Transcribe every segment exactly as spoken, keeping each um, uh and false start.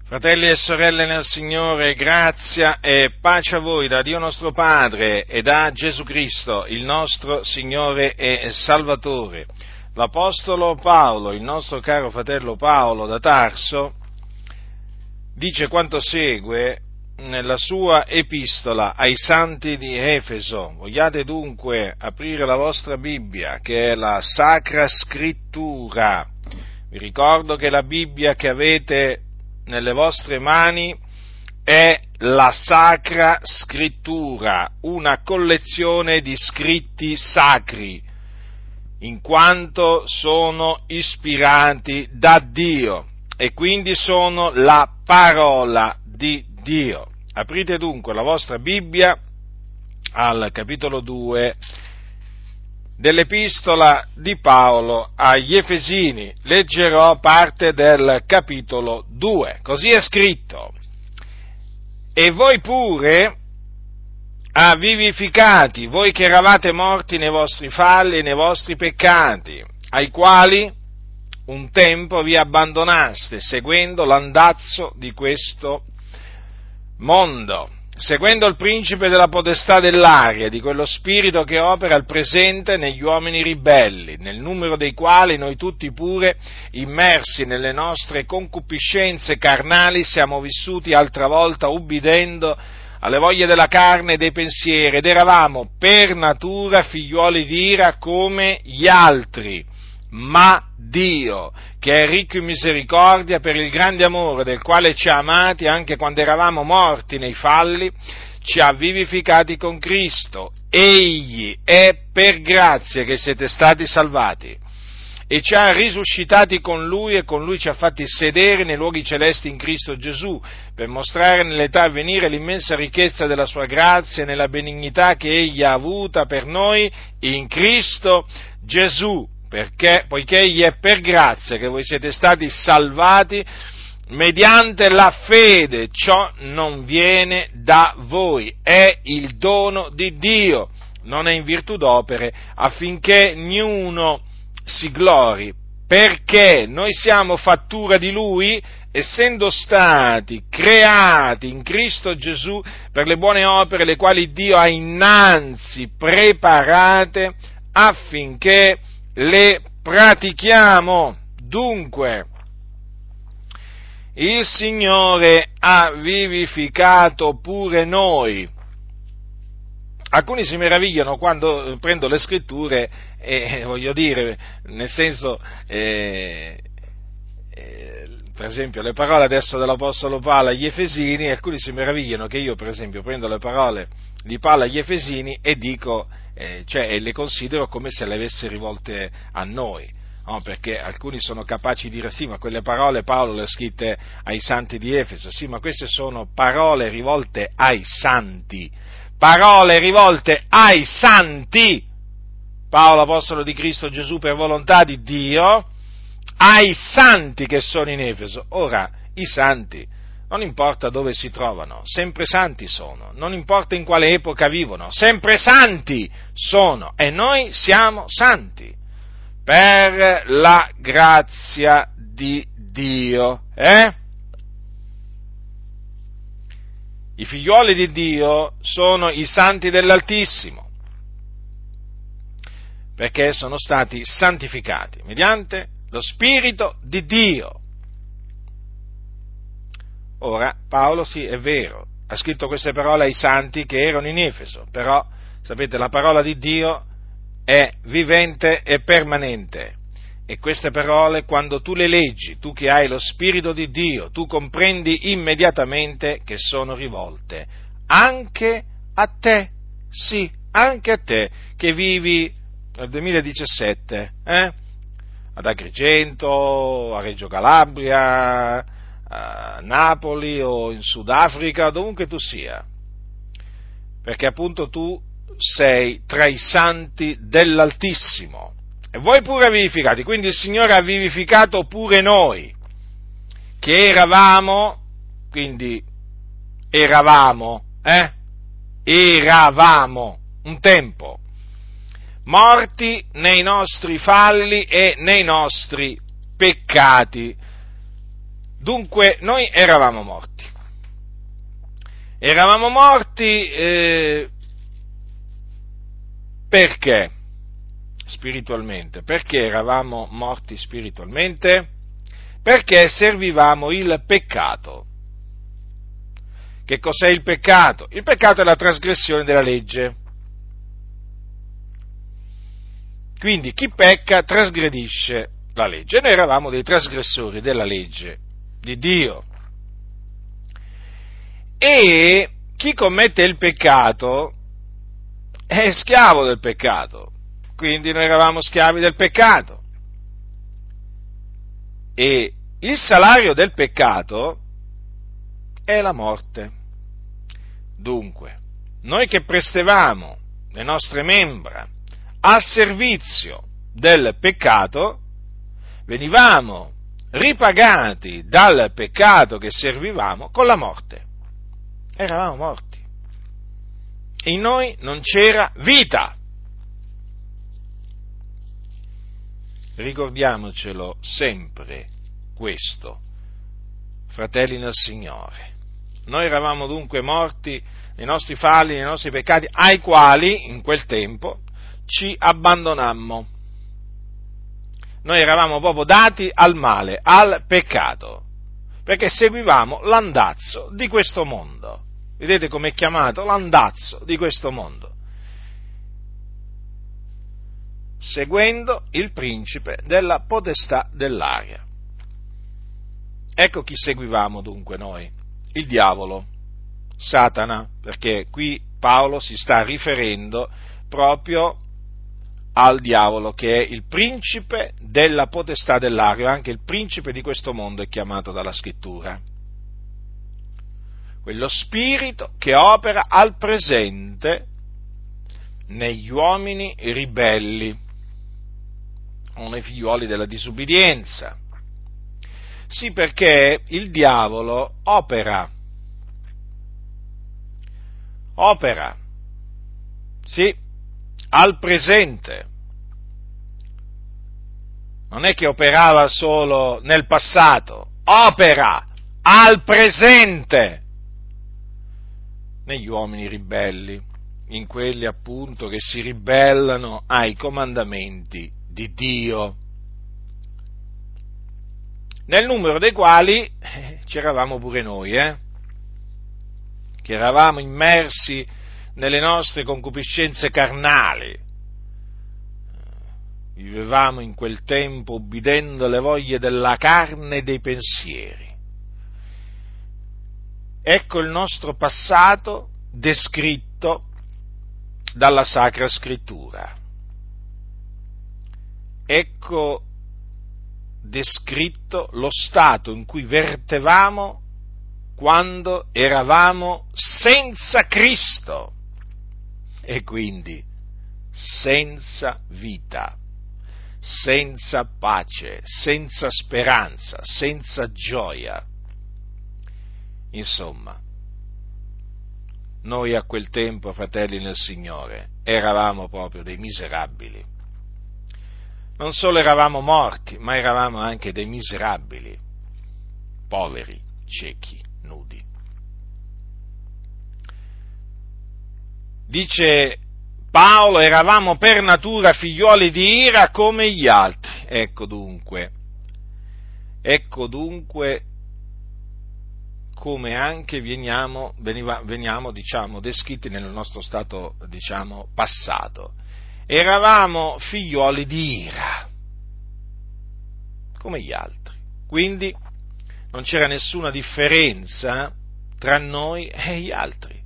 Fratelli e sorelle nel Signore, grazia e pace a voi da Dio nostro Padre e da Gesù Cristo, il nostro Signore e Salvatore. L'Apostolo Paolo, il nostro caro fratello Paolo da Tarso, dice quanto segue nella sua epistola ai santi di Efeso. Vogliate dunque aprire la vostra Bibbia, che è la Sacra Scrittura. Vi ricordo che la Bibbia che avete nelle vostre mani è la Sacra Scrittura, una collezione di scritti sacri, in quanto sono ispirati da Dio e quindi sono la parola di Dio. Aprite dunque la vostra Bibbia al capitolo due dell'epistola di Paolo agli Efesini. Leggerò parte del capitolo due. Così è scritto: e voi pure ha vivificati, voi che eravate morti nei vostri falli e nei vostri peccati, ai quali un tempo vi abbandonaste, seguendo l'andazzo di questo mondo, seguendo il principe della potestà dell'aria, di quello spirito che opera al presente negli uomini ribelli, nel numero dei quali noi tutti pure, immersi nelle nostre concupiscenze carnali, siamo vissuti altra volta ubbidendo alle voglie della carne e dei pensieri, ed eravamo per natura figliuoli di ira come gli altri. Ma Dio, che è ricco in misericordia, per il grande amore del quale ci ha amati anche quando eravamo morti nei falli, ci ha vivificati con Cristo. Egli è per grazia che siete stati salvati e ci ha risuscitati con Lui, e con Lui ci ha fatti sedere nei luoghi celesti in Cristo Gesù, per mostrare nell'età a venire l'immensa ricchezza della Sua grazia e nella benignità che Egli ha avuta per noi in Cristo Gesù. Perché, poiché egli è per grazia che voi siete stati salvati mediante la fede, ciò non viene da voi, è il dono di Dio, non è in virtù d'opere, affinché niuno si glori, perché noi siamo fattura di Lui, essendo stati creati in Cristo Gesù per le buone opere, le quali Dio ha innanzi preparate affinché le pratichiamo. Dunque, il Signore ha vivificato pure noi. Alcuni si meravigliano quando prendo le scritture e, voglio dire, nel senso, eh, eh, per esempio, le parole adesso dell'Apostolo Paolo agli Efesini, alcuni si meravigliano che io, per esempio, prendo le parole di Paolo agli Efesini e dico, eh, cioè, e le considero come se le avesse rivolte a noi, no? Perché alcuni sono capaci di dire, sì, ma quelle parole Paolo le ha scritte ai santi di Efeso, sì, ma queste sono parole rivolte ai santi, parole rivolte ai santi, Paolo, apostolo di Cristo Gesù per volontà di Dio, ai santi che sono in Efeso. Ora, i santi, non importa dove si trovano, sempre santi sono, non importa in quale epoca vivono, sempre santi sono, e noi siamo santi, per la grazia di Dio, eh? I figliuoli di Dio sono i santi dell'Altissimo, perché sono stati santificati mediante lo Spirito di Dio. Ora, Paolo, sì, è vero, ha scritto queste parole ai santi che erano in Efeso, però, sapete, la parola di Dio è vivente e permanente, e queste parole, quando tu le leggi, tu che hai lo Spirito di Dio, tu comprendi immediatamente che sono rivolte anche a te, sì, anche a te, che vivi nel duemiladiciassette, eh? Ad Agrigento, a Reggio Calabria, a Napoli o in Sudafrica, dovunque tu sia, perché appunto tu sei tra i santi dell'Altissimo e voi pure vivificati, quindi il Signore ha vivificato pure noi, che eravamo, quindi eravamo, eh? Eravamo un tempo morti nei nostri falli e nei nostri peccati. Dunque, noi eravamo morti. Eravamo morti eh, perché? Spiritualmente. Perché eravamo morti spiritualmente? Perché servivamo il peccato. Che cos'è il peccato? Il peccato è la trasgressione della legge. Quindi chi pecca trasgredisce la legge. Noi eravamo dei trasgressori della legge di Dio. E chi commette il peccato è schiavo del peccato. Quindi noi eravamo schiavi del peccato. E il salario del peccato è la morte. Dunque, noi che prestevamo le nostre membra al servizio del peccato, venivamo ripagati dal peccato che servivamo con la morte. Eravamo morti. E in noi non c'era vita. Ricordiamocelo sempre questo, fratelli nel Signore. Noi eravamo dunque morti nei nostri falli, nei nostri peccati, ai quali in quel tempo ci abbandonammo. Noi eravamo proprio dati al male, al peccato, perché seguivamo l'andazzo di questo mondo. Vedete com'è chiamato? L'andazzo di questo mondo. Seguendo il principe della potestà dell'aria. Ecco chi seguivamo dunque noi, il diavolo, Satana, perché qui Paolo si sta riferendo proprio al diavolo, che è il principe della potestà dell'aria, anche il principe di questo mondo è chiamato dalla scrittura. Quello spirito che opera al presente negli uomini ribelli, o nei figliuoli della disubbidienza. Sì, perché il diavolo opera, opera, sì, al presente. Non è che operava solo nel passato, opera al presente negli uomini ribelli, in quelli appunto che si ribellano ai comandamenti di Dio, nel numero dei quali eh, c'eravamo pure noi, eh? che eravamo immersi nelle nostre concupiscenze carnali, vivevamo in quel tempo ubbidendo le voglie della carne e dei pensieri. Ecco il nostro passato descritto dalla Sacra Scrittura. Ecco descritto lo stato in cui vertevamo quando eravamo senza Cristo e quindi senza vita, senza pace, senza speranza, senza gioia. Insomma, noi a quel tempo, fratelli nel Signore, eravamo proprio dei miserabili. Non solo eravamo morti, ma eravamo anche dei miserabili, poveri, ciechi, nudi. Dice Paolo, eravamo per natura figlioli di ira come gli altri. Ecco dunque, ecco dunque come anche veniamo, veniva, veniamo diciamo, descritti nel nostro stato, diciamo, passato. Eravamo figlioli di ira, come gli altri. Quindi non c'era nessuna differenza tra noi e gli altri.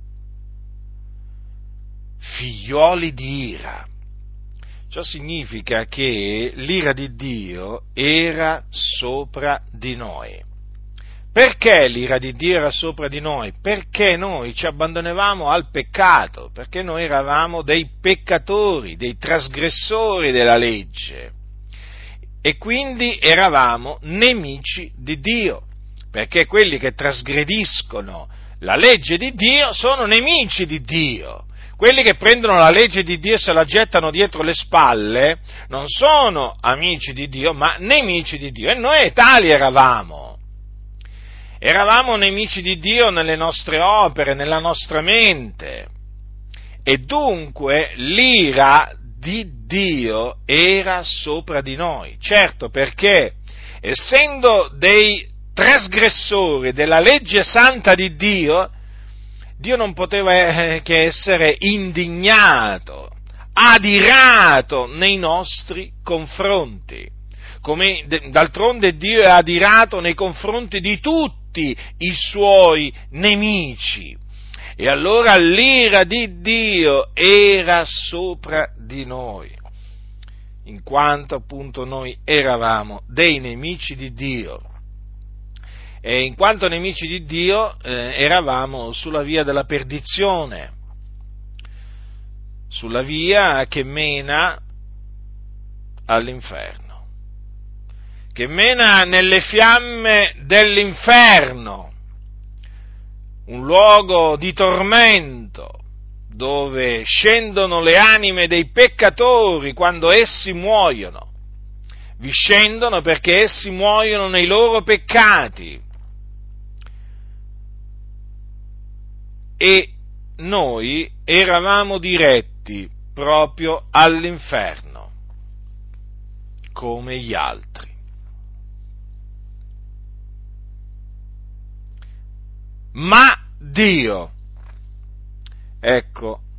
Figlioli di ira. Ciò significa che l'ira di Dio era sopra di noi. Perché l'ira di Dio era sopra di noi? Perché noi ci abbandonavamo al peccato, perché noi eravamo dei peccatori, dei trasgressori della legge e quindi eravamo nemici di Dio, perché quelli che trasgrediscono la legge di Dio sono nemici di Dio. Quelli che prendono la legge di Dio e se la gettano dietro le spalle non sono amici di Dio, ma nemici di Dio, e noi tali eravamo. Eravamo nemici di Dio nelle nostre opere, nella nostra mente, e dunque l'ira di Dio era sopra di noi. Certo, perché essendo dei trasgressori della legge santa di Dio, Dio non poteva che essere indignato, adirato nei nostri confronti, come d'altronde Dio è adirato nei confronti di tutti i suoi nemici. E allora l'ira di Dio era sopra di noi, in quanto appunto noi eravamo dei nemici di Dio. E in quanto nemici di Dio eh, eravamo sulla via della perdizione, sulla via che mena all'inferno, che mena nelle fiamme dell'inferno, un luogo di tormento, dove scendono le anime dei peccatori quando essi muoiono. Vi scendono perché essi muoiono nei loro peccati. E noi eravamo diretti proprio all'inferno, come gli altri. Ma Dio, ecco,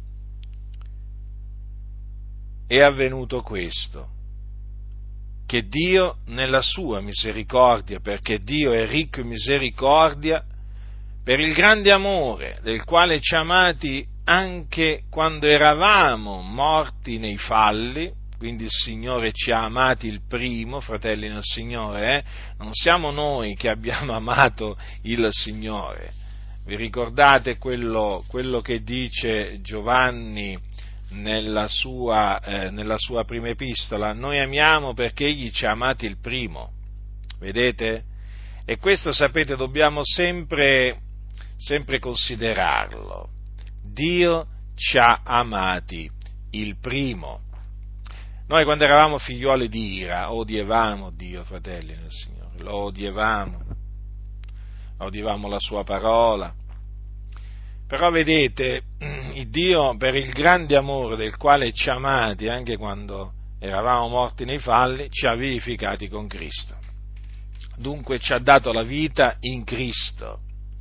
è avvenuto questo, che Dio nella sua misericordia, perché Dio è ricco in misericordia, per il grande amore del quale ci ha amati anche quando eravamo morti nei falli, quindi il Signore ci ha amati il primo, fratelli nel Signore, eh? Non siamo noi che abbiamo amato il Signore. Vi ricordate quello, quello che dice Giovanni nella sua, eh, nella sua prima epistola? Noi amiamo perché Egli ci ha amati il primo, vedete? E questo, sapete, dobbiamo sempre, sempre considerarlo. Dio ci ha amati il primo. Noi quando eravamo figlioli di ira, odiavamo Dio, fratelli nel Signore, lo odiavamo, odiavamo la sua parola. Però vedete, il Dio, per il grande amore del quale ci ha amati, anche quando eravamo morti nei falli, ci ha vivificati con Cristo. Dunque ci ha dato la vita in Cristo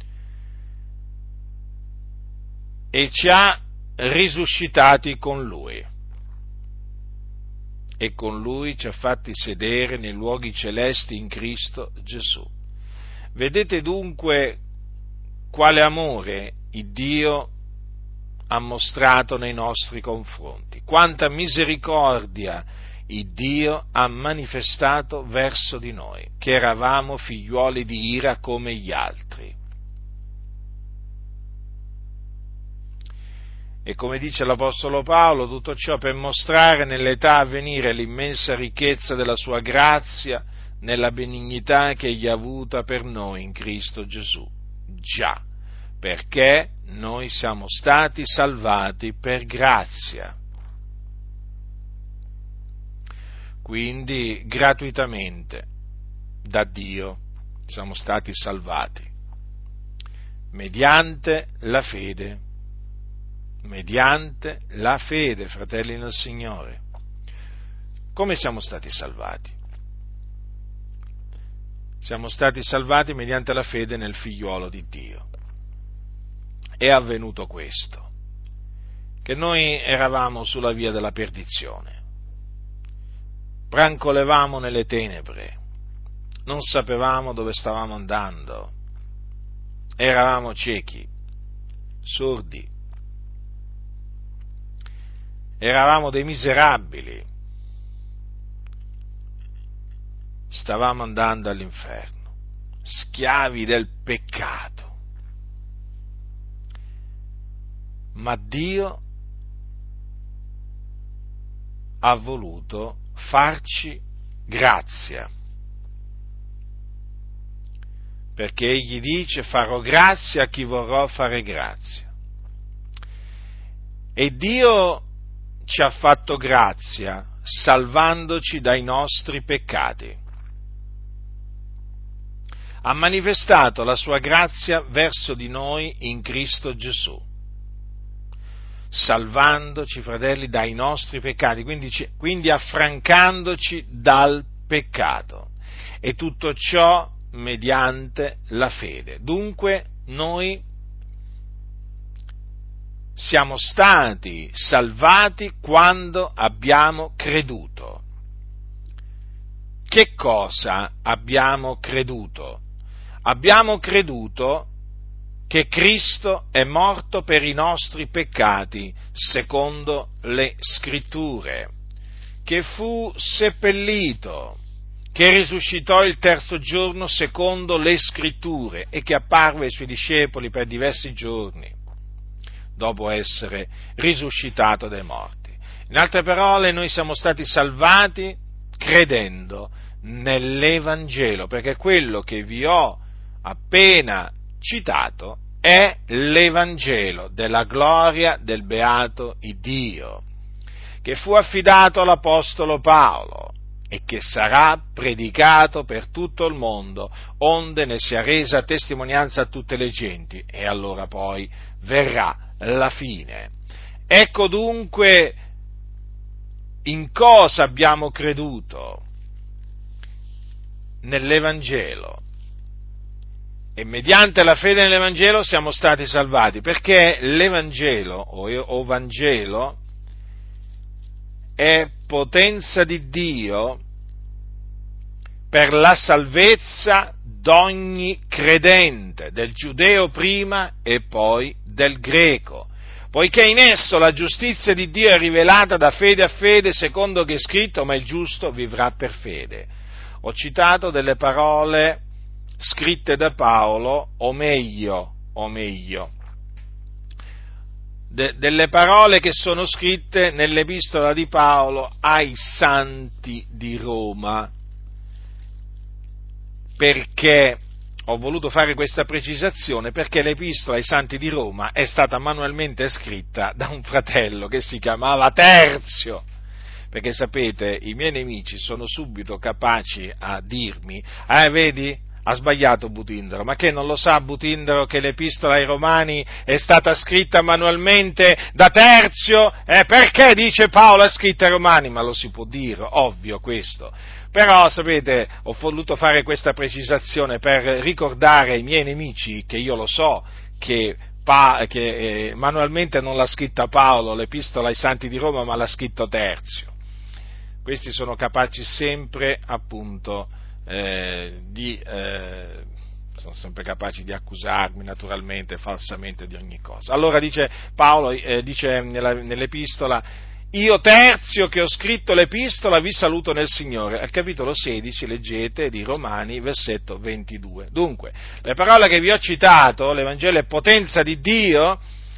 e ci ha risuscitati con Lui. E con Lui ci ha fatti sedere nei luoghi celesti in Cristo Gesù. Vedete dunque quale amore il Dio ha mostrato nei nostri confronti, quanta misericordia il Dio ha manifestato verso di noi, che eravamo figliuoli di ira come gli altri. E come dice l'Apostolo Paolo, tutto ciò per mostrare nell'età a venire l'immensa ricchezza della sua grazia, nella benignità che egli ha avuta per noi in Cristo Gesù. Già, perché noi siamo stati salvati per grazia. Quindi gratuitamente da Dio siamo stati salvati, mediante la fede, mediante la fede, fratelli nel Signore. Come siamo stati salvati? Siamo stati salvati mediante la fede nel figliuolo di Dio. È avvenuto questo, che noi eravamo sulla via della perdizione, brancolevamo nelle tenebre, non sapevamo dove stavamo andando, eravamo ciechi, sordi, eravamo dei miserabili, stavamo andando all'inferno, schiavi del peccato. Ma Dio ha voluto farci grazia, perché Egli dice: farò grazia a chi vorrò fare grazia. E Dio ci ha fatto grazia salvandoci dai nostri peccati. ha manifestato la sua grazia verso di noi in Cristo Gesù, salvandoci, fratelli, dai nostri peccati, quindi, quindi affrancandoci dal peccato, e tutto ciò mediante la fede. Dunque noi siamo stati salvati quando abbiamo creduto. Che cosa abbiamo creduto? Abbiamo creduto che Cristo è morto per i nostri peccati, secondo le Scritture, che fu seppellito, che risuscitò il terzo giorno secondo le Scritture e che apparve ai suoi discepoli per diversi giorni, dopo essere risuscitato dai morti. In altre parole, noi siamo stati salvati credendo nell'Evangelo, perché quello che vi ho appena citato è l'Evangelo della gloria del beato Iddio, che fu affidato all'Apostolo Paolo e che sarà predicato per tutto il mondo, onde ne sia resa testimonianza a tutte le genti, e allora poi verrà la fine. Ecco dunque in cosa abbiamo creduto: nell'Evangelo. E mediante la fede nell'Evangelo siamo stati salvati, perché l'Evangelo o Vangelo è potenza di Dio per la salvezza d'ogni credente, del giudeo prima e poi del greco, poiché in esso la giustizia di Dio è rivelata da fede a fede, secondo che è scritto: ma il giusto vivrà per fede. Ho citato delle parole scritte da Paolo, o meglio, o meglio, de, delle parole che sono scritte nell'epistola di Paolo ai santi di Roma. Perché ho voluto fare questa precisazione? Perché l'epistola ai santi di Roma è stata manualmente scritta da un fratello che si chiamava Terzio. Perché sapete, i miei nemici sono subito capaci a dirmi: eh, vedi, ha sbagliato Butindaro. Ma che non lo sa Butindaro che l'epistola ai Romani è stata scritta manualmente da Terzio? Eh, perché dice Paolo è scritta ai Romani? Ma lo si può dire, ovvio questo. Però, sapete, ho voluto fare questa precisazione per ricordare ai miei nemici che io lo so che, pa, che eh, manualmente non l'ha scritta Paolo, l'epistola ai santi di Roma, ma l'ha scritto Terzio. Questi sono capaci sempre, appunto, eh, di, eh, sono sempre capaci di accusarmi, naturalmente, falsamente di ogni cosa. Allora dice Paolo, eh, dice nella, nell'epistola: io Terzio, che ho scritto l'epistola, vi saluto nel Signore. Al capitolo sedici, leggete, di Romani, versetto ventidue. Dunque, le parole che vi ho citato, l'Evangelo è potenza di Dio,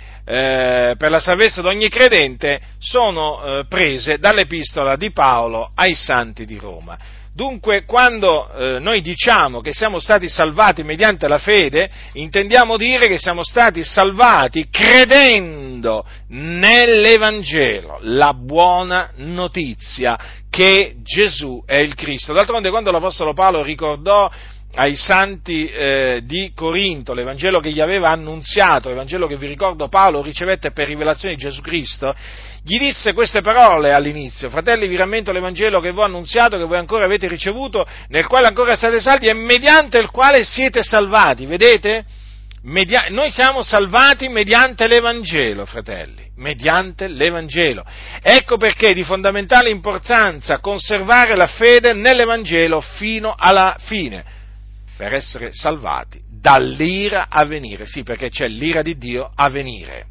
Eh, per la salvezza di ogni credente, sono eh, prese dall'epistola di Paolo ai santi di Roma. Dunque, quando eh, noi diciamo che siamo stati salvati mediante la fede, intendiamo dire che siamo stati salvati credendo nell'Evangelo, la buona notizia che Gesù è il Cristo. D'altronde, quando l'Apostolo Paolo ricordò ai santi eh, di Corinto l'Evangelo che gli aveva annunziato, l'Evangelo che, vi ricordo, Paolo ricevette per rivelazione di Gesù Cristo, gli disse queste parole all'inizio: fratelli, vi rammento l'Evangelo che vi ho annunziato, che voi ancora avete ricevuto, nel quale ancora state saldi e mediante il quale siete salvati. Vedete? Media- noi siamo salvati mediante l'Evangelo, fratelli, mediante l'Evangelo. Ecco perché è di fondamentale importanza conservare la fede nell'Evangelo fino alla fine, per essere salvati dall'ira a venire. Sì, perché c'è l'ira di Dio a venire.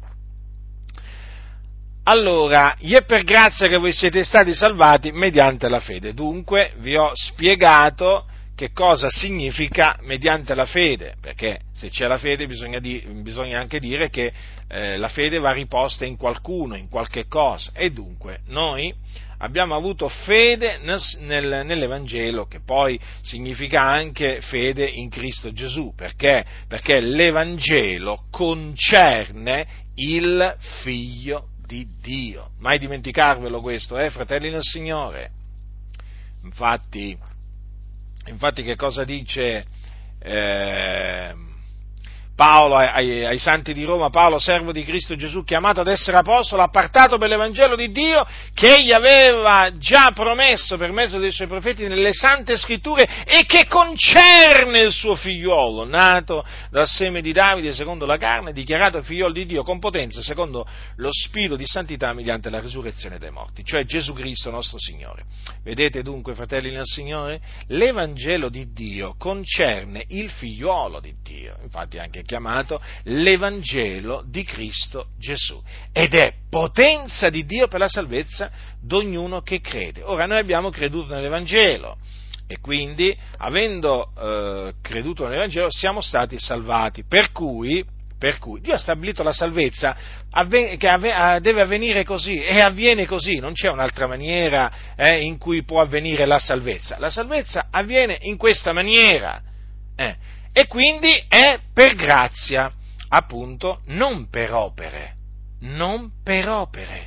Allora, gli è per grazia che voi siete stati salvati mediante la fede. Dunque, vi ho spiegato che cosa significa mediante la fede, perché se c'è la fede bisogna, di, bisogna anche dire che eh, la fede va riposta in qualcuno, in qualche cosa, e dunque noi abbiamo avuto fede nel, nel, nell'Evangelo, che poi significa anche fede in Cristo Gesù. Perché? Perché l'Evangelo concerne il Figlio di Dio. Mai dimenticarvelo questo, eh, fratelli nel Signore. Infatti, infatti che cosa dice eh, Paolo, ai, ai santi di Roma, Paolo, servo di Cristo Gesù, chiamato ad essere apostolo, appartato per l'Evangelo di Dio, che egli aveva già promesso per mezzo dei suoi profeti nelle sante scritture e che concerne il suo figliuolo, nato dal seme di Davide secondo la carne, dichiarato figliuolo di Dio con potenza secondo lo spirito di santità mediante la risurrezione dai morti, cioè Gesù Cristo nostro Signore. Vedete dunque, fratelli nel Signore, l'Evangelo di Dio concerne il figliuolo di Dio, infatti anche chiamato l'Evangelo di Cristo Gesù, ed è potenza di Dio per la salvezza d'ognuno che crede. Ora, noi abbiamo creduto nell'Evangelo e quindi, avendo eh, creduto nell'Evangelo, siamo stati salvati, per cui, per cui Dio ha stabilito la salvezza avven- che avve- deve avvenire così, e avviene così, non c'è un'altra maniera eh, in cui può avvenire la salvezza. La salvezza avviene in questa maniera, eh. E quindi è per grazia, appunto, non per opere, non per opere,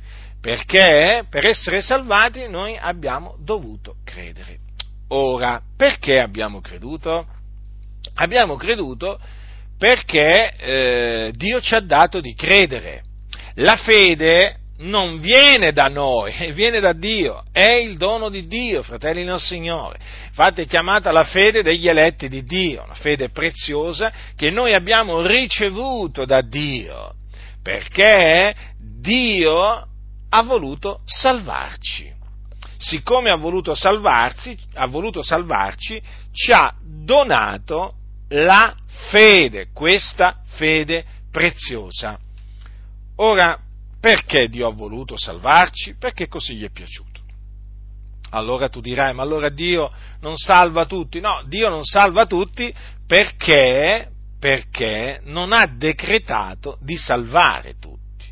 perché per essere salvati noi abbiamo dovuto credere. Ora, perché abbiamo creduto? Abbiamo creduto perché eh, Dio ci ha dato di credere. La fede non viene da noi, viene da Dio, è il dono di Dio, fratelli nel Signore. Infatti è chiamata la fede degli eletti di Dio, una fede preziosa che noi abbiamo ricevuto da Dio, perché Dio ha voluto salvarci. Siccome ha voluto salvarci, ha voluto salvarci, ci ha donato la fede, questa fede preziosa. Ora, perché Dio ha voluto salvarci? Perché così gli è piaciuto. Allora tu dirai, ma allora Dio non salva tutti? No, Dio non salva tutti perché, perché non ha decretato di salvare tutti.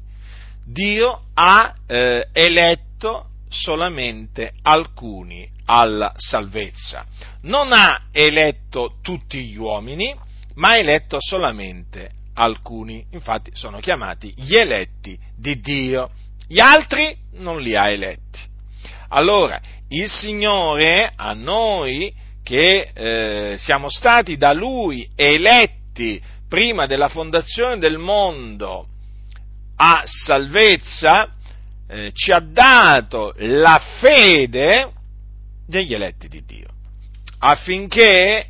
Dio ha eh, eletto solamente alcuni alla salvezza. Non ha eletto tutti gli uomini, ma ha eletto solamente alcuni, infatti sono chiamati gli eletti di Dio, gli altri non li ha eletti. Allora, il Signore a noi che eh, siamo stati da Lui eletti prima della fondazione del mondo a salvezza, eh, ci ha dato la fede degli eletti di Dio, affinché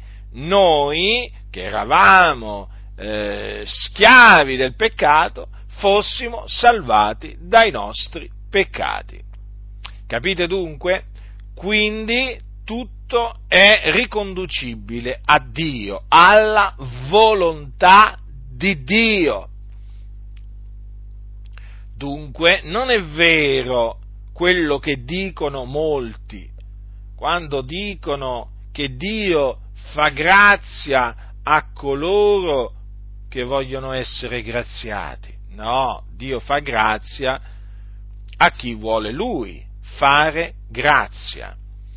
noi, che eravamo Eh, schiavi del peccato, fossimo salvati dai nostri peccati. Capite dunque? Quindi tutto è riconducibile a Dio, alla volontà di Dio. Dunque non è vero quello che dicono molti quando dicono che Dio fa grazia a coloro che vogliono essere graziati. No, Dio fa grazia a chi vuole Lui fare grazia.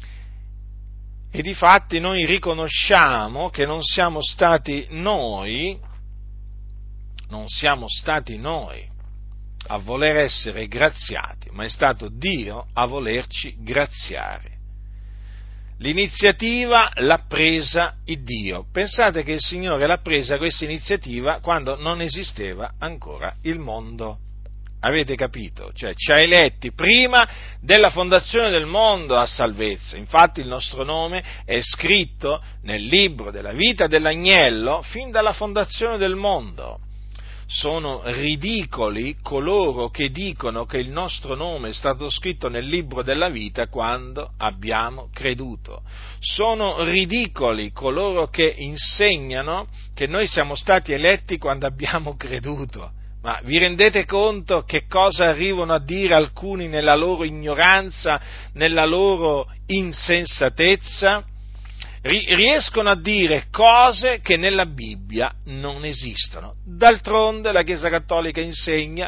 E difatti noi riconosciamo che non siamo stati noi, non siamo stati noi a voler essere graziati, ma è stato Dio a volerci graziare. L'iniziativa l'ha presa il Dio. Pensate che il Signore l'ha presa questa iniziativa quando non esisteva ancora il mondo. Avete capito? Cioè, ci ha eletti prima della fondazione del mondo a salvezza. Infatti il nostro nome è scritto nel libro della vita dell'agnello fin dalla fondazione del mondo. Sono ridicoli coloro che dicono che il nostro nome è stato scritto nel libro della vita quando abbiamo creduto. Sono ridicoli coloro che insegnano che noi siamo stati eletti quando abbiamo creduto. Ma vi rendete conto che cosa arrivano a dire alcuni nella loro ignoranza, nella loro insensatezza? Riescono a dire cose che nella Bibbia non esistono. D'altronde la Chiesa Cattolica insegna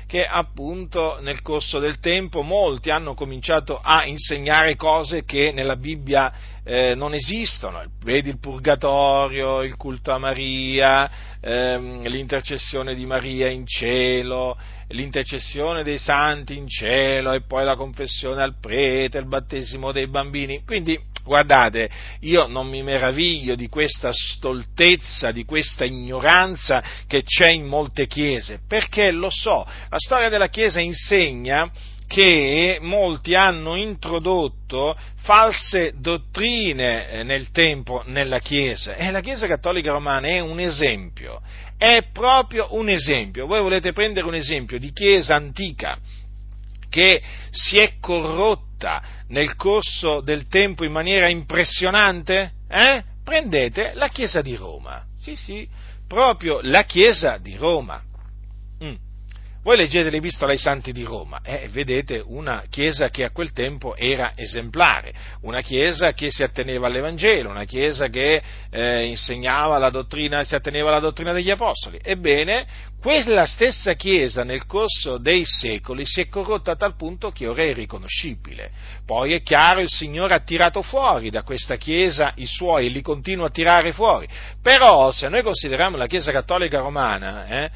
che appunto nel corso del tempo molti hanno cominciato a insegnare cose che nella Bibbia eh, non esistono. Vedi il purgatorio, il culto a Maria, ehm, l'intercessione di Maria in cielo, l'intercessione dei santi in cielo e poi la confessione al prete, il battesimo dei bambini. Quindi, guardate, io non mi meraviglio di questa stoltezza, di questa ignoranza che c'è in molte chiese, perché lo so, la storia della Chiesa insegna che molti hanno introdotto false dottrine nel tempo nella Chiesa, e la Chiesa Cattolica Romana è un esempio, è proprio un esempio. Voi volete prendere un esempio di Chiesa antica che si è corrotta nel corso del tempo in maniera impressionante? Eh? Prendete la Chiesa di Roma, sì sì, proprio la Chiesa di Roma. Mm. Voi leggete l'Epistola ai Santi di Roma e vedete una chiesa che a quel tempo era esemplare, una chiesa che si atteneva all'Evangelo, una chiesa che eh, insegnava la dottrina, si atteneva alla dottrina degli Apostoli. Ebbene, quella stessa chiesa nel corso dei secoli si è corrotta a tal punto che ora è irriconoscibile. Poi è chiaro, il Signore ha tirato fuori da questa chiesa i suoi e li continua a tirare fuori. Però se noi consideriamo la Chiesa Cattolica Romana, eh,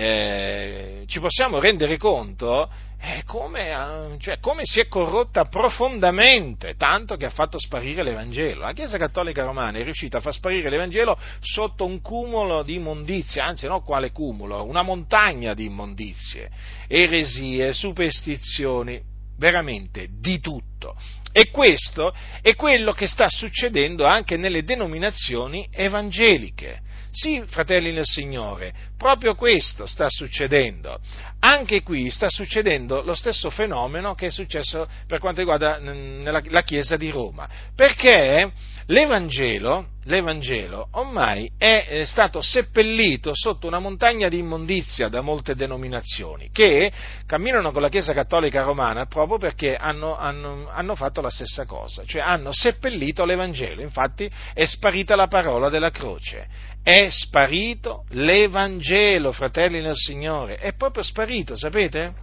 Eh, ci possiamo rendere conto eh, come, cioè, come si è corrotta profondamente, tanto che ha fatto sparire l'Evangelo. La Chiesa Cattolica Romana è riuscita a far sparire l'Evangelo sotto un cumulo di immondizie, anzi no, quale cumulo? Una montagna di immondizie, eresie, superstizioni, veramente di tutto. E questo è quello che sta succedendo anche nelle denominazioni evangeliche. Sì, fratelli nel Signore, proprio questo sta succedendo. Anche qui sta succedendo lo stesso fenomeno che è successo per quanto riguarda nella, la Chiesa di Roma, perché l'Evangelo, l'Evangelo ormai è stato seppellito sotto una montagna di immondizia da molte denominazioni che camminano con la Chiesa Cattolica Romana proprio perché hanno, hanno, hanno fatto la stessa cosa, cioè hanno seppellito l'Evangelo. Infatti è sparita la parola della croce. È sparito l'Evangelo, fratelli nel Signore, è proprio sparito, sapete?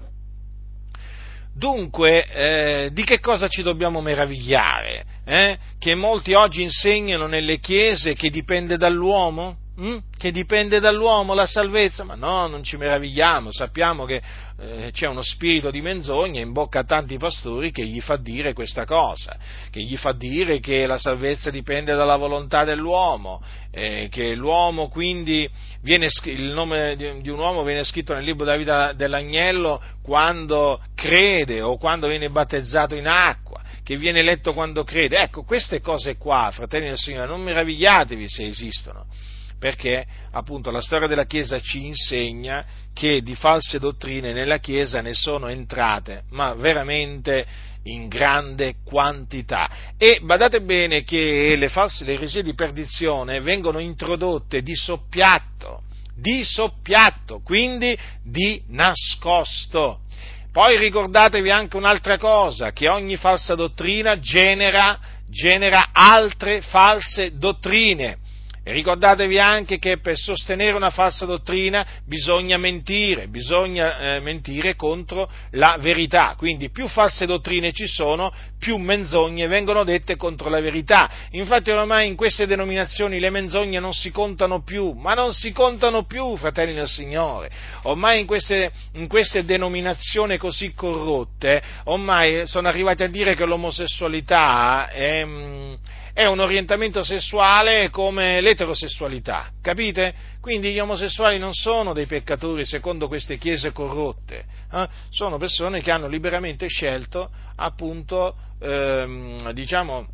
Dunque, eh, di che cosa ci dobbiamo meravigliare? Eh? Che molti oggi insegnano nelle chiese che dipende dall'uomo? Mm? Che dipende dall'uomo la salvezza? Ma no, non ci meravigliamo, sappiamo che eh, c'è uno spirito di menzogna in bocca a tanti pastori che gli fa dire questa cosa, che gli fa dire che la salvezza dipende dalla volontà dell'uomo, eh, che l'uomo quindi viene, il nome di, di un uomo viene scritto nel libro della vita dell'agnello quando crede o quando viene battezzato in acqua, che viene eletto quando crede. Ecco, queste cose qua, fratelli del Signore, non meravigliatevi se esistono, perché appunto la storia della Chiesa ci insegna che di false dottrine nella Chiesa ne sono entrate, ma veramente in grande quantità. E badate bene che le false le eresie di perdizione vengono introdotte di soppiatto, di soppiatto, quindi di nascosto. Poi ricordatevi anche un'altra cosa, che ogni falsa dottrina genera, genera altre false dottrine. E ricordatevi anche che per sostenere una falsa dottrina bisogna mentire, bisogna eh, mentire contro la verità. Quindi più false dottrine ci sono, più menzogne vengono dette contro la verità. Infatti ormai in queste denominazioni le menzogne non si contano più, ma non si contano più, fratelli del Signore. Ormai in queste, in queste denominazioni così corrotte, ormai sono arrivati a dire che l'omosessualità è... è un orientamento sessuale come l'eterosessualità, capite? Quindi gli omosessuali non sono dei peccatori secondo queste chiese corrotte, eh? Sono persone che hanno liberamente scelto appunto, ehm, diciamo,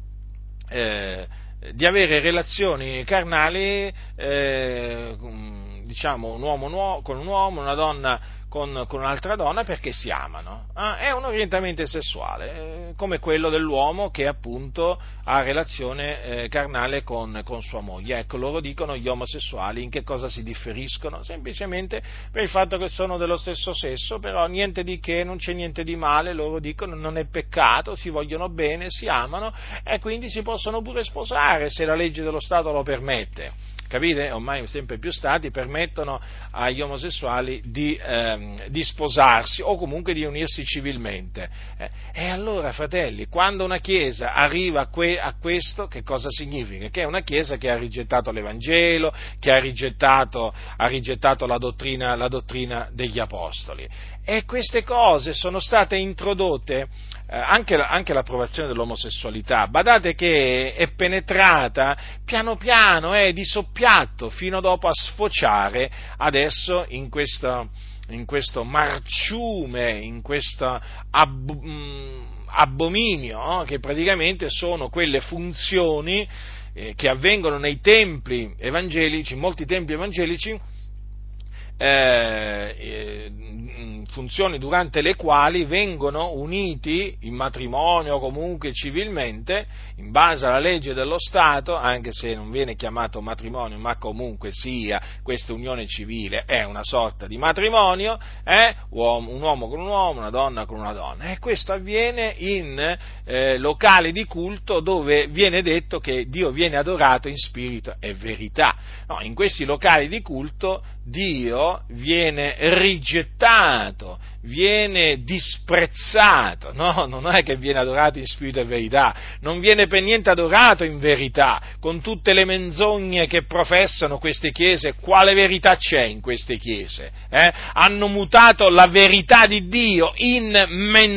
eh, di avere relazioni carnali, eh, diciamo, un uomo nuo- con un uomo, una donna Con, con un'altra donna perché si amano. Ah, è un orientamento sessuale, eh, come quello dell'uomo che appunto ha relazione eh, carnale con, con sua moglie. Ecco, loro dicono gli omosessuali in che cosa si differiscono? Semplicemente per il fatto che sono dello stesso sesso, però niente di che, non c'è niente di male, loro dicono non è peccato, si vogliono bene, si amano e quindi si possono pure sposare se la legge dello Stato lo permette. capite? Ormai sempre più stati permettono agli omosessuali di, ehm, di sposarsi o comunque di unirsi civilmente. Eh, e allora, fratelli, quando una Chiesa arriva a, que- a questo, che cosa significa? Che è una Chiesa che ha rigettato l'Evangelo, che ha rigettato, ha rigettato la dottrina, la dottrina degli Apostoli. E queste cose sono state introdotte, eh, anche, anche l'approvazione dell'omosessualità, badate che è penetrata piano piano, eh, di soppiatto, fino dopo a sfociare adesso in questo, in questo marciume, in questo ab, mh, abominio, no? Che praticamente sono quelle funzioni eh, che avvengono nei templi evangelici, in molti templi evangelici, Eh, eh, funzioni durante le quali vengono uniti in matrimonio o comunque civilmente, in base alla legge dello Stato, anche se non viene chiamato matrimonio, ma comunque sia questa unione civile è una sorta di matrimonio, eh? uomo, un uomo con un uomo, una donna con una donna, e questo avviene in eh, locali di culto dove viene detto che Dio viene adorato in spirito e verità. No, in questi locali di culto Dio viene rigettato, viene disprezzato, no, non è che viene adorato in spirito e verità, non viene per niente adorato in verità, con tutte le menzogne che professano queste chiese. Quale verità c'è in queste chiese? Eh? Hanno mutato la verità di Dio in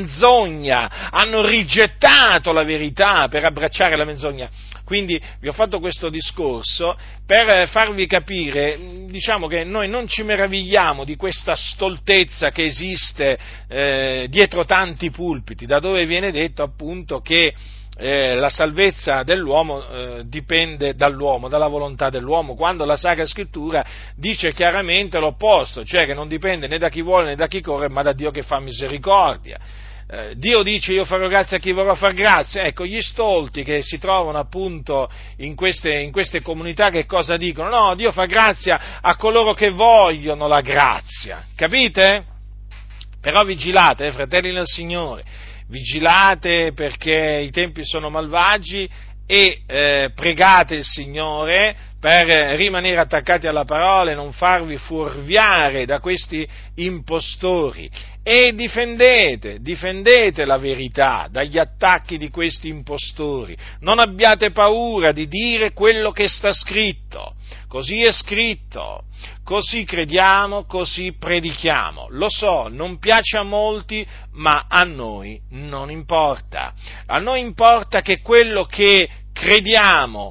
menzogna, hanno rigettato la verità per abbracciare la menzogna. Quindi vi ho fatto questo discorso per farvi capire, diciamo, che noi non ci meravigliamo di questa stoltezza che esiste eh, dietro tanti pulpiti, da dove viene detto appunto che eh, la salvezza dell'uomo eh, dipende dall'uomo, dalla volontà dell'uomo, quando la Sacra Scrittura dice chiaramente l'opposto, cioè che non dipende né da chi vuole né da chi corre, ma da Dio che fa misericordia. Eh, Dio dice: io farò grazia a chi vorrà far grazia. Ecco, gli stolti che si trovano appunto in queste, in queste comunità, che cosa dicono? No, Dio fa grazia a coloro che vogliono la grazia, capite? Però vigilate, eh, fratelli nel Signore, vigilate, perché i tempi sono malvagi, e eh, pregate il Signore per rimanere attaccati alla parola e non farvi fuorviare da questi impostori, e difendete, difendete la verità dagli attacchi di questi impostori. Non abbiate paura di dire quello che sta scritto, così è scritto, così crediamo, così predichiamo. Lo so, non piace a molti, ma a noi non importa. A noi importa che quello che crediamo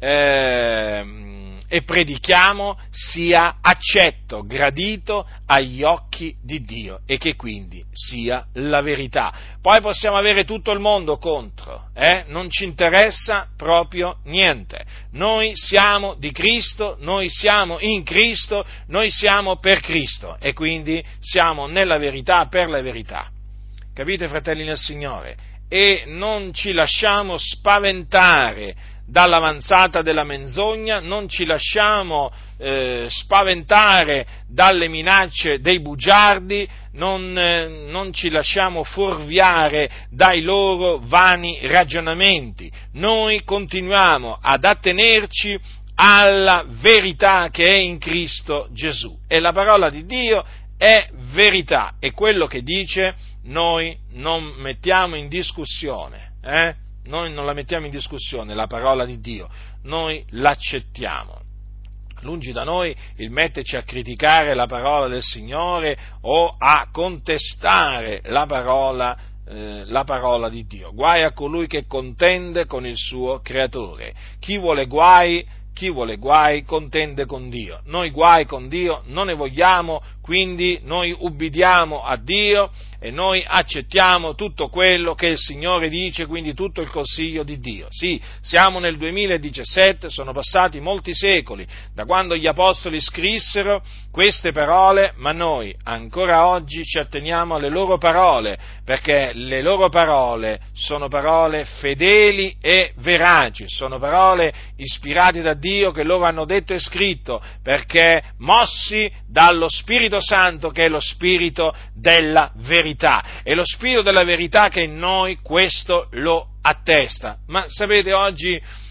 eh, e predichiamo sia accetto, gradito agli occhi di Dio, e che quindi sia la verità. Poi possiamo avere tutto il mondo contro, eh? Non ci interessa proprio niente. Noi siamo di Cristo, noi siamo in Cristo, noi siamo per Cristo, e quindi siamo nella verità, per la verità. Capite, fratelli nel Signore? E non ci lasciamo spaventare dall'avanzata della menzogna, non ci lasciamo eh, spaventare dalle minacce dei bugiardi, non, eh, non ci lasciamo fuorviare dai loro vani ragionamenti. Noi continuiamo ad attenerci alla verità che è in Cristo Gesù, e la parola di Dio è verità, e quello che dice noi non mettiamo in discussione, eh? Noi non la mettiamo in discussione, la parola di Dio, noi l'accettiamo. Lungi da noi il metterci a criticare la parola del Signore o a contestare la parola, eh, la parola di Dio. Guai a colui che contende con il suo Creatore. Chi vuole guai, chi vuole guai contende con Dio. Noi guai con Dio non ne vogliamo, quindi noi ubbidiamo a Dio e noi accettiamo tutto quello che il Signore dice, quindi tutto il consiglio di Dio. Sì, siamo nel duemiladiciassette, sono passati molti secoli da quando gli Apostoli scrissero queste parole, ma noi ancora oggi ci atteniamo alle loro parole, perché le loro parole sono parole fedeli e veraci, sono parole ispirate da Dio, che loro hanno detto e scritto, perché mossi dallo Spirito Santo, che è lo Spirito della verità. E lo Spirito della verità che in noi questo lo attesta. Ma sapete, oggi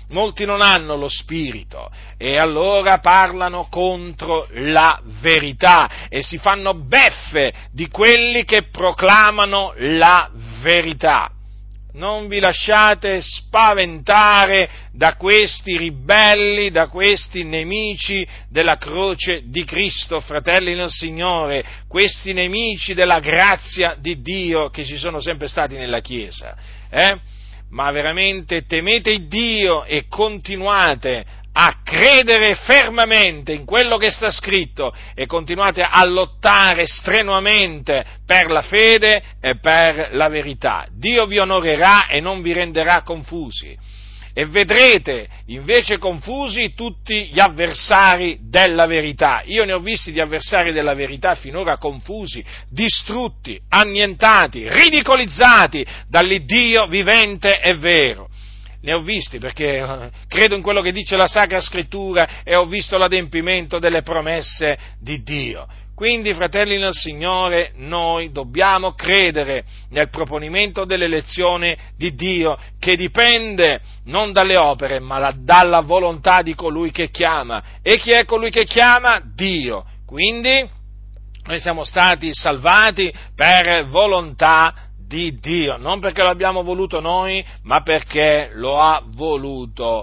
molti non hanno lo Spirito e allora parlano contro la verità e si fanno beffe di quelli che proclamano la verità. Non vi lasciate spaventare da questi ribelli, da questi nemici della croce di Cristo, fratelli nel Signore, questi nemici della grazia di Dio che ci sono sempre stati nella Chiesa, eh? Ma veramente temete il Dio e continuate a credere fermamente in quello che sta scritto e continuate a lottare strenuamente per la fede e per la verità. Dio vi onorerà e non vi renderà confusi e vedrete invece confusi tutti gli avversari della verità. Io ne ho visti di avversari della verità finora confusi, distrutti, annientati, ridicolizzati dall'Iddio vivente e vero. Ne ho visti perché eh, credo in quello che dice la Sacra Scrittura e ho visto l'adempimento delle promesse di Dio. Quindi, fratelli nel Signore, noi dobbiamo credere nel proponimento dell'elezione di Dio, che dipende non dalle opere, ma dalla volontà di colui che chiama. E chi è colui che chiama? Dio. Quindi, noi siamo stati salvati per volontà di Dio, non perché lo abbiamo voluto noi, ma perché lo ha voluto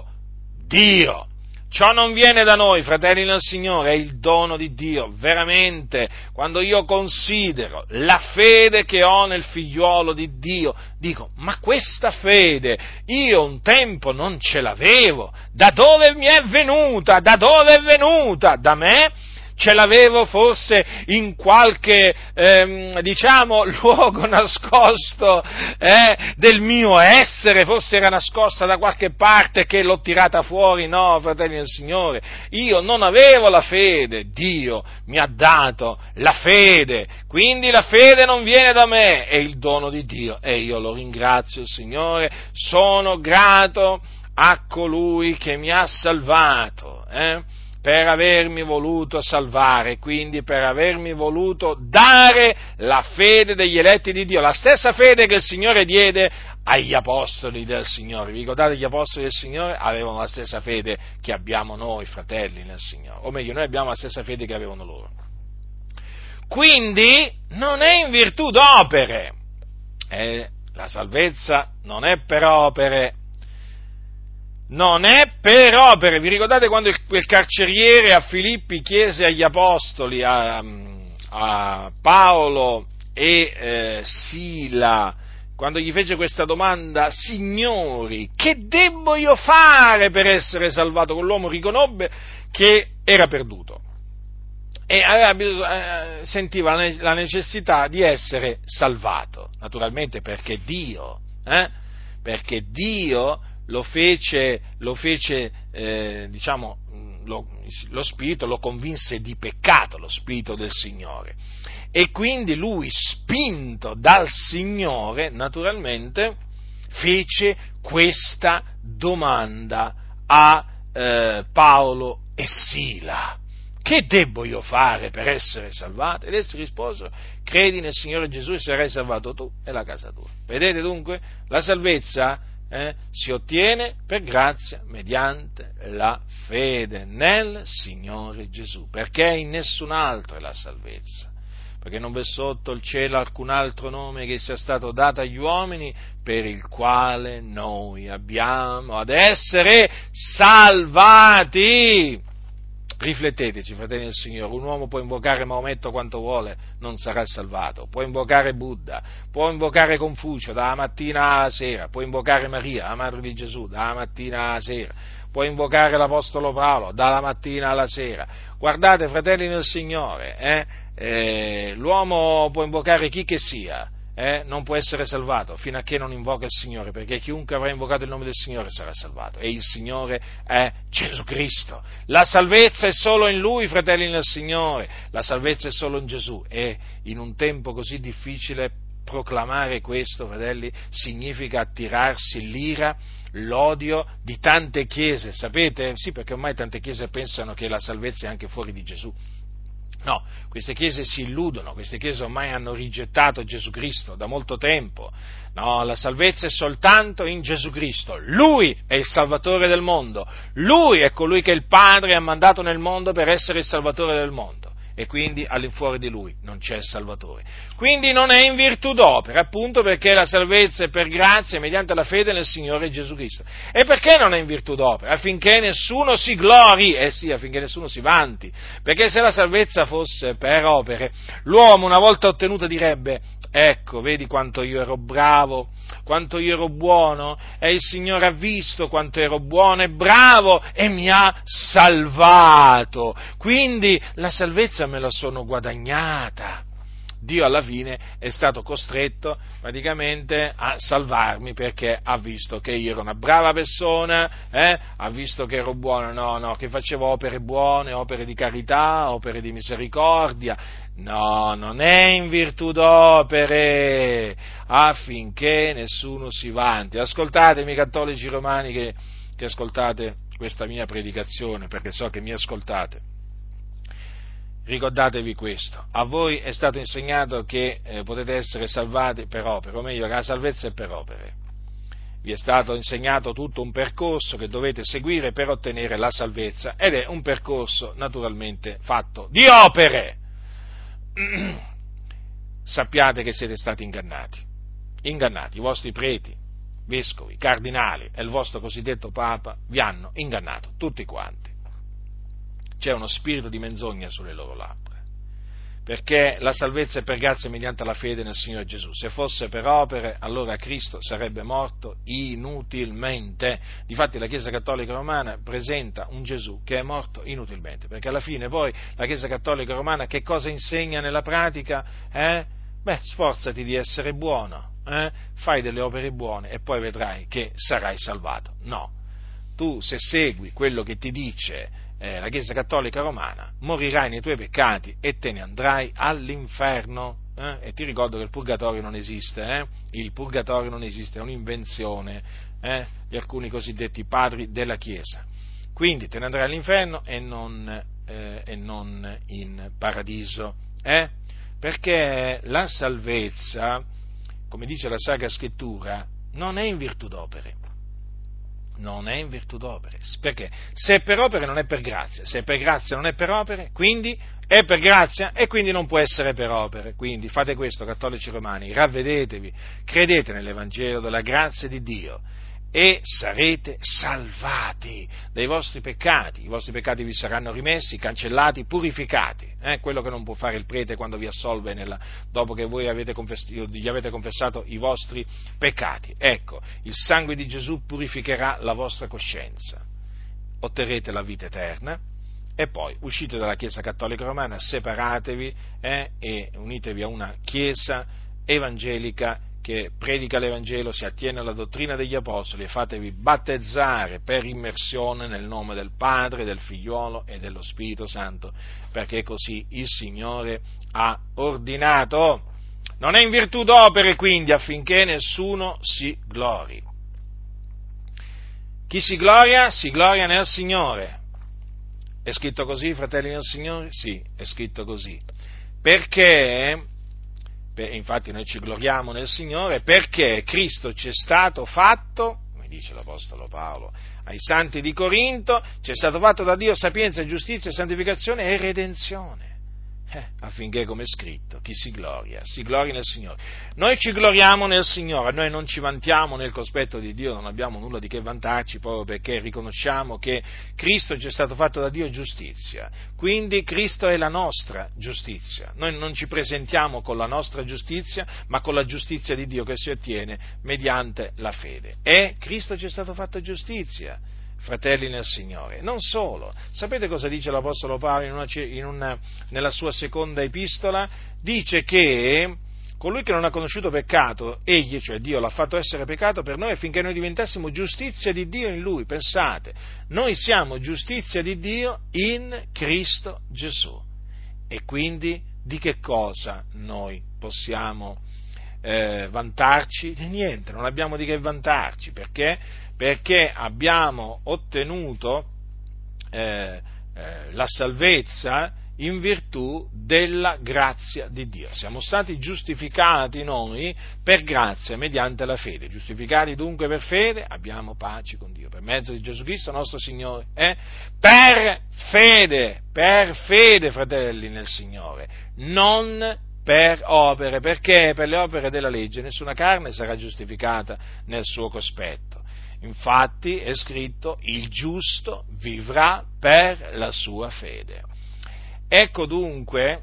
Dio. Ciò non viene da noi, fratelli nel Signore, è il dono di Dio. Veramente, quando io considero la fede che ho nel figliuolo di Dio, dico, ma questa fede io un tempo non ce l'avevo. Da dove mi è venuta? Da dove è venuta? Da me? Ce l'avevo forse in qualche, ehm, diciamo, luogo nascosto eh, del mio essere, forse era nascosta da qualche parte che l'ho tirata fuori? No, fratelli del Signore, io non avevo la fede, Dio mi ha dato la fede, quindi la fede non viene da me, è il dono di Dio e io lo ringrazio, Signore, sono grato a colui che mi ha salvato, eh? per avermi voluto salvare, quindi per avermi voluto dare la fede degli eletti di Dio, la stessa fede che il Signore diede agli apostoli del Signore. Vi ricordate, gli apostoli del Signore avevano la stessa fede che abbiamo noi, fratelli nel Signore, o meglio, noi abbiamo la stessa fede che avevano loro. Quindi non è in virtù d'opere, eh, la salvezza non è per opere, non è per opere. Vi ricordate quando il, quel carceriere a Filippi chiese agli apostoli, a, a Paolo e eh, Sila, quando gli fece questa domanda, signori, che debbo io fare per essere salvato? Quell'uomo riconobbe che era perduto e aveva, eh, sentiva la necessità di essere salvato, naturalmente perché Dio, eh, perché Dio lo fece, lo fece eh, diciamo, lo, lo Spirito lo convinse di peccato, lo Spirito del Signore. E quindi lui, spinto dal Signore, naturalmente, fece questa domanda a eh, Paolo e Sila. Che debbo io fare per essere salvato? Ed essi risposero, credi nel Signore Gesù e sarai salvato tu e la casa tua. Vedete dunque, la salvezza Eh, si ottiene per grazia mediante la fede nel Signore Gesù, perché in nessun altro è la salvezza, perché non v'è sotto il cielo alcun altro nome che sia stato dato agli uomini per il quale noi abbiamo ad essere salvati. Rifletteteci, fratelli del Signore, un uomo può invocare Maometto quanto vuole, non sarà salvato, può invocare Buddha, può invocare Confucio dalla mattina alla sera, può invocare Maria, la madre di Gesù, dalla mattina alla sera, può invocare l'Apostolo Paolo dalla mattina alla sera. Guardate, fratelli del Signore, eh, eh, l'uomo può invocare chi che sia, Eh, non può essere salvato fino a che non invoca il Signore, perché chiunque avrà invocato il nome del Signore sarà salvato, e il Signore è Gesù Cristo. La salvezza è solo in Lui, fratelli nel Signore, la salvezza è solo in Gesù, e in un tempo così difficile proclamare questo, fratelli, significa attirarsi l'ira, l'odio di tante chiese, sapete? Sì, perché ormai tante chiese pensano che la salvezza è anche fuori di Gesù. No, queste chiese si illudono, queste chiese ormai hanno rigettato Gesù Cristo da molto tempo. No, la salvezza è soltanto in Gesù Cristo. Lui è il Salvatore del mondo. Lui è colui che il Padre ha mandato nel mondo per essere il Salvatore del mondo. E quindi all'infuori di Lui non c'è Salvatore. Quindi non è in virtù d'opera, appunto perché la salvezza è per grazia mediante la fede nel Signore Gesù Cristo. E perché non è in virtù d'opera? Affinché nessuno si glori, eh sì, affinché nessuno si vanti. Perché se la salvezza fosse per opere, l'uomo una volta ottenuta direbbe: ecco, vedi quanto io ero bravo, quanto io ero buono, e il Signore ha visto quanto ero buono e bravo e mi ha salvato. Quindi la salvezza me la sono guadagnata. Dio alla fine è stato costretto praticamente a salvarmi perché ha visto che io ero una brava persona, eh? ha visto che ero buono, no, no, che facevo opere buone, opere di carità, opere di misericordia. No, non è in virtù d'opere, affinché nessuno si vanti. Ascoltatemi, cattolici romani che, che ascoltate questa mia predicazione, perché so che mi ascoltate. Ricordatevi questo: a voi è stato insegnato che eh, potete essere salvati per opere, o meglio, che la salvezza è per opere. Vi è stato insegnato tutto un percorso che dovete seguire per ottenere la salvezza, ed è un percorso naturalmente fatto di opere. Sappiate che siete stati ingannati, ingannati, i vostri preti, vescovi, cardinali e il vostro cosiddetto Papa vi hanno ingannato tutti quanti. C'è uno spirito di menzogna sulle loro labbra, perché la salvezza è per grazia mediante la fede nel Signore Gesù. Se fosse per opere, allora Cristo sarebbe morto inutilmente. Difatti la Chiesa Cattolica Romana presenta un Gesù che è morto inutilmente, perché alla fine poi la Chiesa Cattolica Romana che cosa insegna nella pratica? Eh? Beh, sforzati di essere buono, eh? fai delle opere buone e poi vedrai che sarai salvato. No, tu se segui quello che ti dice Eh, la Chiesa Cattolica Romana, morirai nei tuoi peccati e te ne andrai all'inferno. Eh? E ti ricordo che il purgatorio non esiste, eh? il purgatorio non esiste, è un'invenzione eh? di alcuni cosiddetti padri della Chiesa. Quindi te ne andrai all'inferno e non, eh, e non in paradiso, eh? perché la salvezza, come dice la Sacra Scrittura, non è in virtù d'opere. Non è in virtù d'opere, perché se è per opere non è per grazia, se è per grazia non è per opere, quindi è per grazia e quindi non può essere per opere. Quindi fate questo, cattolici romani, ravvedetevi, credete nell'Evangelo della grazia di Dio e sarete salvati dai vostri peccati. I vostri peccati vi saranno rimessi, cancellati, purificati. Eh? Quello che non può fare il prete quando vi assolve nella, dopo che voi avete confess- gli avete confessato i vostri peccati. Ecco, il sangue di Gesù purificherà la vostra coscienza. Otterrete la vita eterna e poi uscite dalla Chiesa Cattolica Romana, separatevi eh, e unitevi a una Chiesa evangelica che predica l'Evangelo, si attiene alla dottrina degli Apostoli e fatevi battezzare per immersione nel nome del Padre, del Figliuolo e dello Spirito Santo, perché così il Signore ha ordinato. Non è in virtù d'opere, quindi, affinché nessuno si glori. Chi si gloria, si gloria nel Signore. È scritto così, fratelli nel Signore? Sì, è scritto così. Perché... Infatti noi ci gloriamo nel Signore perché Cristo ci è stato fatto, come dice l'Apostolo Paolo ai Santi di Corinto, ci è stato fatto da Dio sapienza, giustizia, santificazione e redenzione, eh, affinché, come è scritto, chi si gloria, si glori nel Signore. Noi ci gloriamo nel Signore, noi non ci vantiamo nel cospetto di Dio, non abbiamo nulla di che vantarci, proprio perché riconosciamo che Cristo ci è stato fatto da Dio giustizia, quindi Cristo è la nostra giustizia. Noi non ci presentiamo con la nostra giustizia, ma con la giustizia di Dio che si ottiene mediante la fede. E Cristo ci è stato fatto giustizia, fratelli nel Signore. Non solo, sapete cosa dice l'Apostolo Paolo in una, in una, nella sua seconda epistola? Dice che colui che non ha conosciuto peccato, egli, cioè Dio, l'ha fatto essere peccato per noi affinché noi diventassimo giustizia di Dio in Lui. Pensate, noi siamo giustizia di Dio in Cristo Gesù. E quindi di che cosa noi possiamo eh, vantarci? Di niente, non abbiamo di che vantarci, perché? Perché abbiamo ottenuto eh, eh, la salvezza in virtù della grazia di Dio. Siamo stati giustificati noi per grazia mediante la fede. Giustificati dunque per fede, abbiamo pace con Dio per mezzo di Gesù Cristo nostro Signore. Eh? Per fede, per fede, fratelli nel Signore, non per opere, perché per le opere della legge nessuna carne sarà giustificata nel suo cospetto. Infatti è scritto: il giusto vivrà per la sua fede. Ecco dunque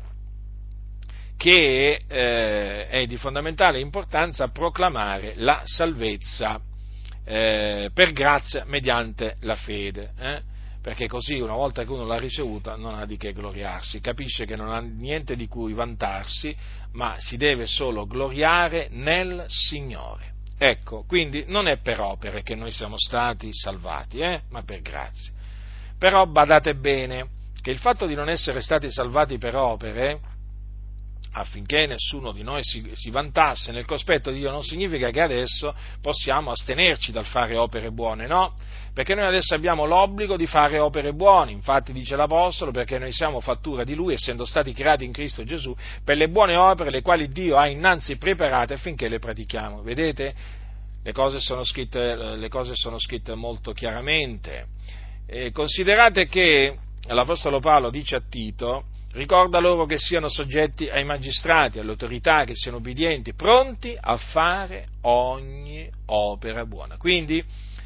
che eh, è di fondamentale importanza proclamare la salvezza eh, per grazia mediante la fede, eh? perché così una volta che uno l'ha ricevuta non ha di che gloriarsi, capisce che non ha niente di cui vantarsi, ma si deve solo gloriare nel Signore. Ecco, quindi non è per opere che noi siamo stati salvati, eh? ma per grazia. Però badate bene che il fatto di non essere stati salvati per opere, affinché nessuno di noi si, si vantasse nel cospetto di Dio, non significa che adesso possiamo astenerci dal fare opere buone, no? Perché noi adesso abbiamo l'obbligo di fare opere buone, infatti dice l'Apostolo, perché noi siamo fattura di Lui, essendo stati creati in Cristo Gesù, per le buone opere le quali Dio ha innanzi preparate affinché le pratichiamo. Vedete? Le cose sono scritte, le cose sono scritte molto chiaramente. E considerate che l'Apostolo Paolo dice a Tito: ricorda loro che siano soggetti ai magistrati, alle autorità, che siano obbedienti, pronti a fare ogni opera buona. Quindi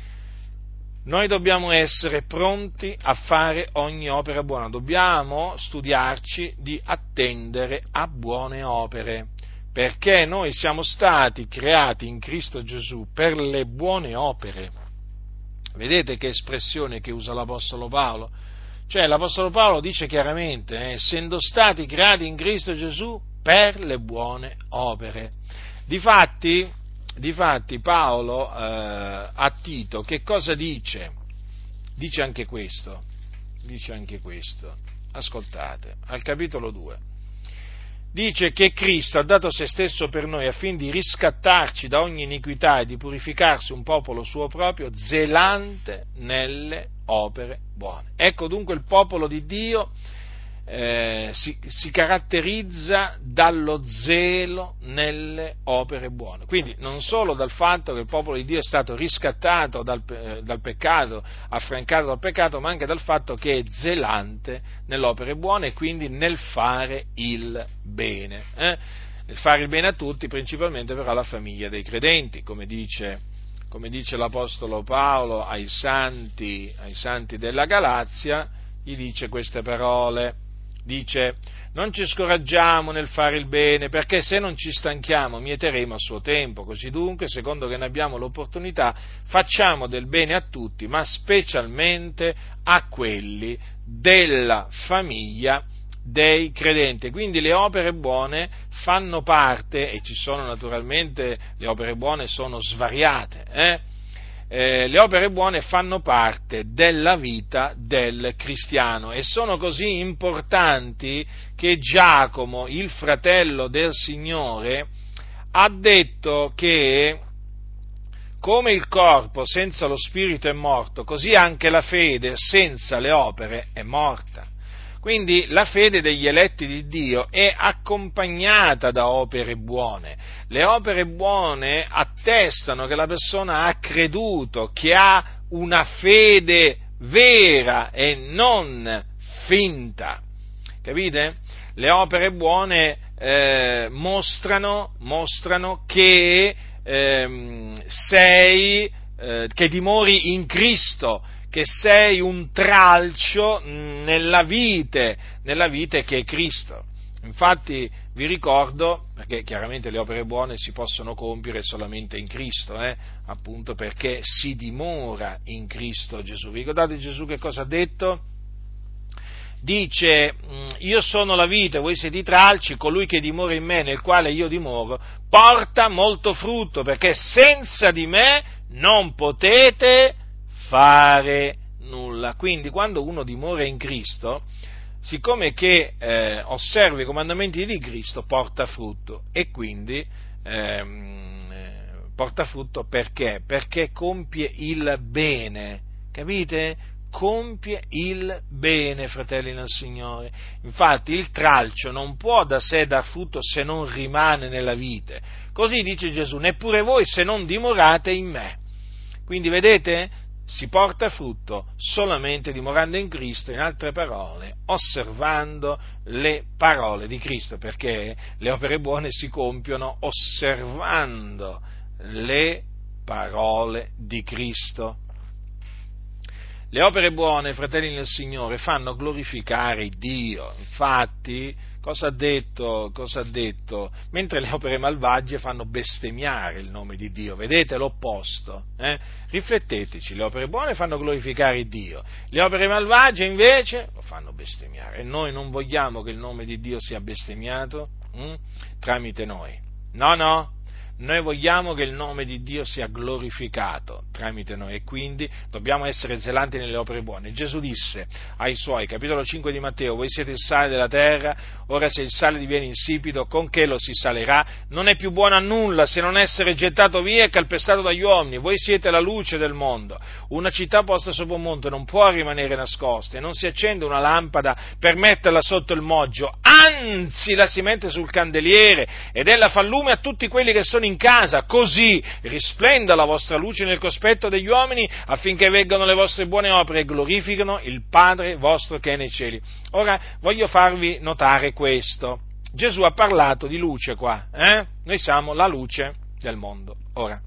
noi dobbiamo essere pronti a fare ogni opera buona, dobbiamo studiarci di attendere a buone opere, perché noi siamo stati creati in Cristo Gesù per le buone opere. Vedete che espressione che usa l'Apostolo Paolo? Cioè l'Apostolo Paolo dice chiaramente, eh, essendo stati creati in Cristo Gesù per le buone opere. Difatti, difatti Paolo eh, a Tito che cosa dice? Dice anche questo, dice anche questo, ascoltate, al capitolo due. Dice che Cristo ha dato se stesso per noi affin di riscattarci da ogni iniquità e di purificarsi un popolo suo proprio, zelante nelle opere buone. Ecco dunque il popolo di Dio eh, si, si caratterizza dallo zelo nelle opere buone. Quindi non solo dal fatto che il popolo di Dio è stato riscattato dal, eh, dal peccato, affrancato dal peccato, ma anche dal fatto che è zelante nelle opere buone e quindi nel fare il bene. Eh? Nel fare il bene a tutti, principalmente però alla famiglia dei credenti, come dice, come dice l'Apostolo Paolo ai santi, ai santi della Galazia, gli dice queste parole. Dice: non ci scoraggiamo nel fare il bene, perché se non ci stanchiamo mieteremo a suo tempo. Così dunque, secondo che ne abbiamo l'opportunità, facciamo del bene a tutti, ma specialmente a quelli della famiglia dei credenti. Quindi le opere buone fanno parte, e ci sono naturalmente, le opere buone sono svariate, eh? Eh, le opere buone fanno parte della vita del cristiano e sono così importanti che Giacomo, il fratello del Signore, ha detto che come il corpo senza lo spirito è morto, così anche la fede senza le opere è morta. Quindi la fede degli eletti di Dio è accompagnata da opere buone. Le opere buone attestano che la persona ha creduto, che ha una fede vera e non finta. Capite? Le opere buone eh, mostrano, mostrano che eh, sei, eh, che dimori in Cristo, che sei un tralcio nella vite, nella vite che è Cristo. Infatti vi ricordo, perché chiaramente le opere buone si possono compiere solamente in Cristo, eh? appunto perché si dimora in Cristo Gesù. Vi ricordate Gesù che cosa ha detto? Dice: io sono la vite, voi siete i tralci, colui che dimora in me, nel quale io dimoro, porta molto frutto, perché senza di me non potete fare nulla. Quindi quando uno dimora in Cristo, siccome che eh, osserva i comandamenti di Cristo, porta frutto e quindi ehm, porta frutto perché? Perché compie il bene, capite? compie il bene, fratelli nel Signore. Infatti il tralcio non può da sé dar frutto se non rimane nella vite. Così dice Gesù, neppure voi se non dimorate in me. Quindi vedete, si porta frutto solamente dimorando in Cristo, in altre parole, osservando le parole di Cristo, perché le opere buone si compiono osservando le parole di Cristo. Le opere buone, fratelli nel Signore, fanno glorificare Dio. Infatti, cosa ha detto? Cosa ha detto? Mentre le opere malvagie fanno bestemmiare il nome di Dio. Vedete l'opposto? Eh? Rifletteteci, le opere buone fanno glorificare Dio. Le opere malvagie invece lo fanno bestemmiare. E noi non vogliamo che il nome di Dio sia bestemmiato hm? tramite noi. No, no. Noi vogliamo che il nome di Dio sia glorificato tramite noi e quindi dobbiamo essere zelanti nelle opere buone. Gesù disse ai Suoi, capitolo cinque di Matteo, voi siete il sale della terra, ora se il sale diviene insipido, con che lo si salerà? Non è più buono a nulla se non essere gettato via e calpestato dagli uomini. Voi siete la luce del mondo. Una città posta sopra un monte non può rimanere nascosta e non si accende una lampada per metterla sotto il moggio, anzi la si mette sul candeliere ed ella fa lume a tutti quelli che sono in casa, così risplenda la vostra luce nel cospetto degli uomini affinché veggano le vostre buone opere e glorificano il Padre vostro che è nei cieli. Ora voglio farvi notare questo. Gesù ha parlato di luce qua, eh? Noi siamo la luce del mondo. Ora,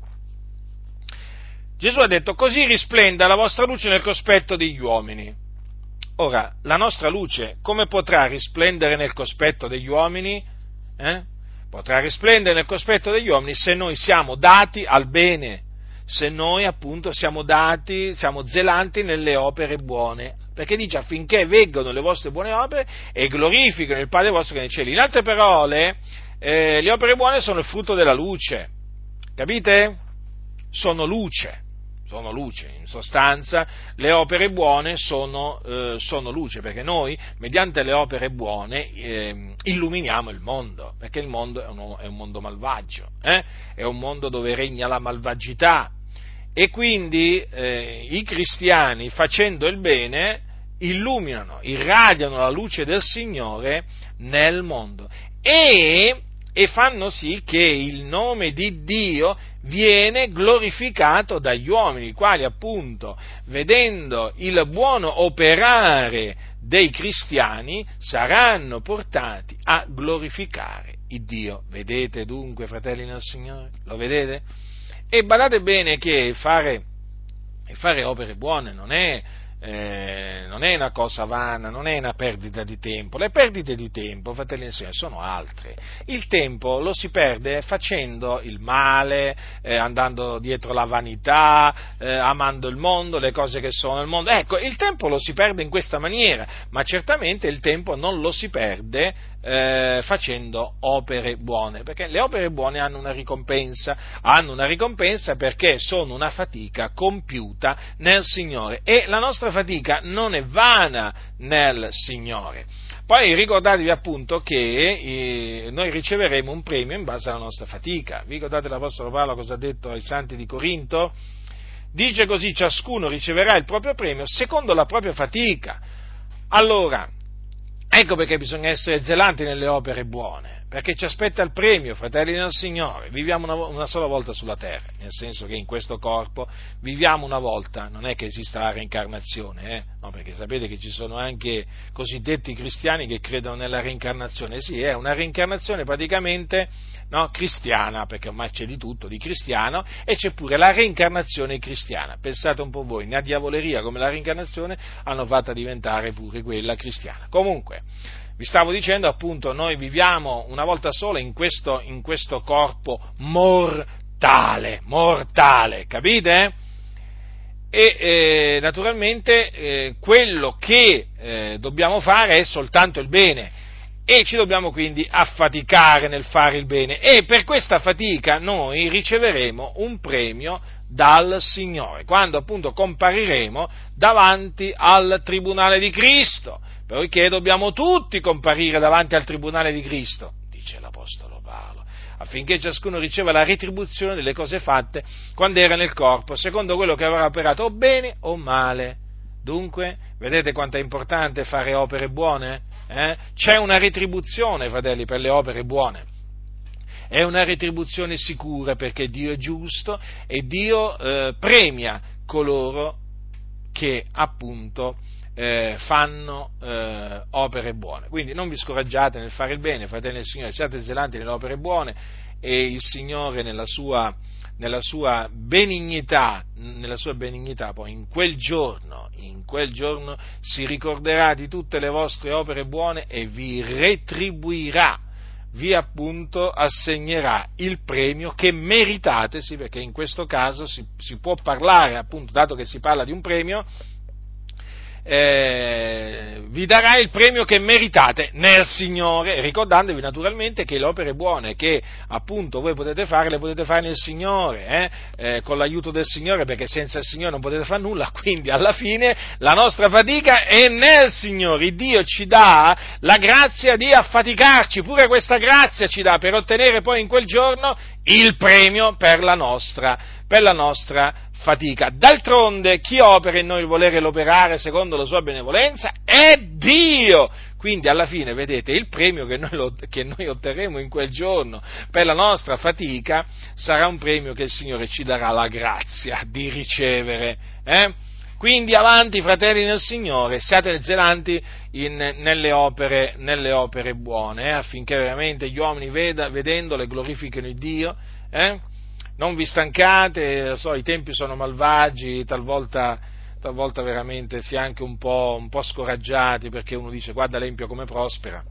Gesù ha detto così risplenda la vostra luce nel cospetto degli uomini. Ora, la nostra luce come potrà risplendere nel cospetto degli uomini? Eh? Potrà risplendere nel cospetto degli uomini se noi siamo dati al bene, se noi appunto siamo dati, siamo zelanti nelle opere buone, perché dice affinché veggano le vostre buone opere e glorificano il Padre vostro che è nei cieli. In altre parole, eh, le opere buone sono il frutto della luce, capite? Sono luce. Sono luce, in sostanza le opere buone sono, eh, sono luce, perché noi mediante le opere buone eh, illuminiamo il mondo, perché il mondo è un, è un mondo malvagio, eh? È un mondo dove regna la malvagità e quindi eh, i cristiani facendo il bene illuminano, irradiano la luce del Signore nel mondo e e fanno sì che il nome di Dio viene glorificato dagli uomini, i quali appunto, vedendo il buono operare dei cristiani, saranno portati a glorificare il Dio. Vedete dunque, fratelli nel Signore? Lo vedete? E badate bene che fare, fare opere buone non è Eh, non è una cosa vana, non è una perdita di tempo. Le perdite di tempo, fratelli e sorelle, sono altre. Il tempo lo si perde facendo il male, eh, andando dietro la vanità, eh, amando il mondo, le cose che sono nel mondo. Ecco, il tempo lo si perde in questa maniera, ma certamente il tempo non lo si perde eh, facendo opere buone, perché le opere buone hanno una ricompensa, hanno una ricompensa perché sono una fatica compiuta nel Signore e la nostra fatica non è vana nel Signore. Poi ricordatevi appunto che eh, noi riceveremo un premio in base alla nostra fatica. Vi ricordate l'Apostolo Paolo cosa ha detto ai santi di Corinto? Dice così: ciascuno riceverà il proprio premio secondo la propria fatica. Allora, ecco perché bisogna essere zelanti nelle opere buone, perché ci aspetta il premio, fratelli nel Signore. Viviamo una, una sola volta sulla terra, nel senso che in questo corpo viviamo una volta, non è che esista la reincarnazione, eh? No, perché sapete che ci sono anche cosiddetti cristiani che credono nella reincarnazione. Sì, è una reincarnazione praticamente, no, cristiana, perché ormai c'è di tutto, di cristiano, e c'è pure la reincarnazione cristiana. Pensate un po' voi, una diavoleria come la reincarnazione hanno fatta diventare pure quella cristiana. Comunque, vi stavo dicendo appunto, noi viviamo una volta sola in questo, in questo corpo mortale, mortale, capite? E eh, naturalmente eh, quello che eh, dobbiamo fare è soltanto il bene e ci dobbiamo quindi affaticare nel fare il bene e per questa fatica noi riceveremo un premio dal Signore, quando appunto compariremo davanti al tribunale di Cristo, poiché dobbiamo tutti comparire davanti al tribunale di Cristo, dice l'Apostolo Paolo, affinché ciascuno riceva la retribuzione delle cose fatte quando era nel corpo, secondo quello che avrà operato o bene o male Dunque, vedete quanto è importante fare opere buone? Eh? C'è una retribuzione, fratelli, per le opere buone. È una retribuzione sicura perché Dio è giusto e Dio eh, premia coloro che appunto eh, fanno eh, opere buone. Quindi non vi scoraggiate nel fare il bene, fratelli del Signore, siate zelanti nelle opere buone e il Signore nella sua, nella sua benignità, nella sua benignità poi in quel giorno, in quel giorno si ricorderà di tutte le vostre opere buone e vi retribuirà, vi appunto assegnerà il premio che meritate, sì, perché in questo caso si, si può parlare, appunto, dato che si parla di un premio, eh, vi darà il premio che meritate nel Signore, ricordandovi naturalmente che le opere buone che appunto voi potete fare, le potete fare nel Signore, eh? Eh, con l'aiuto del Signore, perché senza il Signore non potete fare nulla, quindi alla fine la nostra fatica è nel Signore. Dio ci dà la grazia di affaticarci, pure questa grazia ci dà per ottenere poi in quel giorno il premio per la nostra, per la nostra fatica. D'altronde chi opera in noi il volere e l'operare secondo la sua benevolenza è Dio. Quindi alla fine, vedete, il premio che noi, lo, che noi otterremo in quel giorno per la nostra fatica sarà un premio che il Signore ci darà la grazia di ricevere. Eh? Quindi avanti, fratelli nel Signore, siate zelanti in, nelle, opere, nelle opere buone, eh? affinché veramente gli uomini veda, vedendole glorifichino il Dio. Eh? Non vi stancate, lo so, i tempi sono malvagi, talvolta, talvolta veramente si è anche un po', un po' scoraggiati, perché uno dice guarda l'empio come prospera,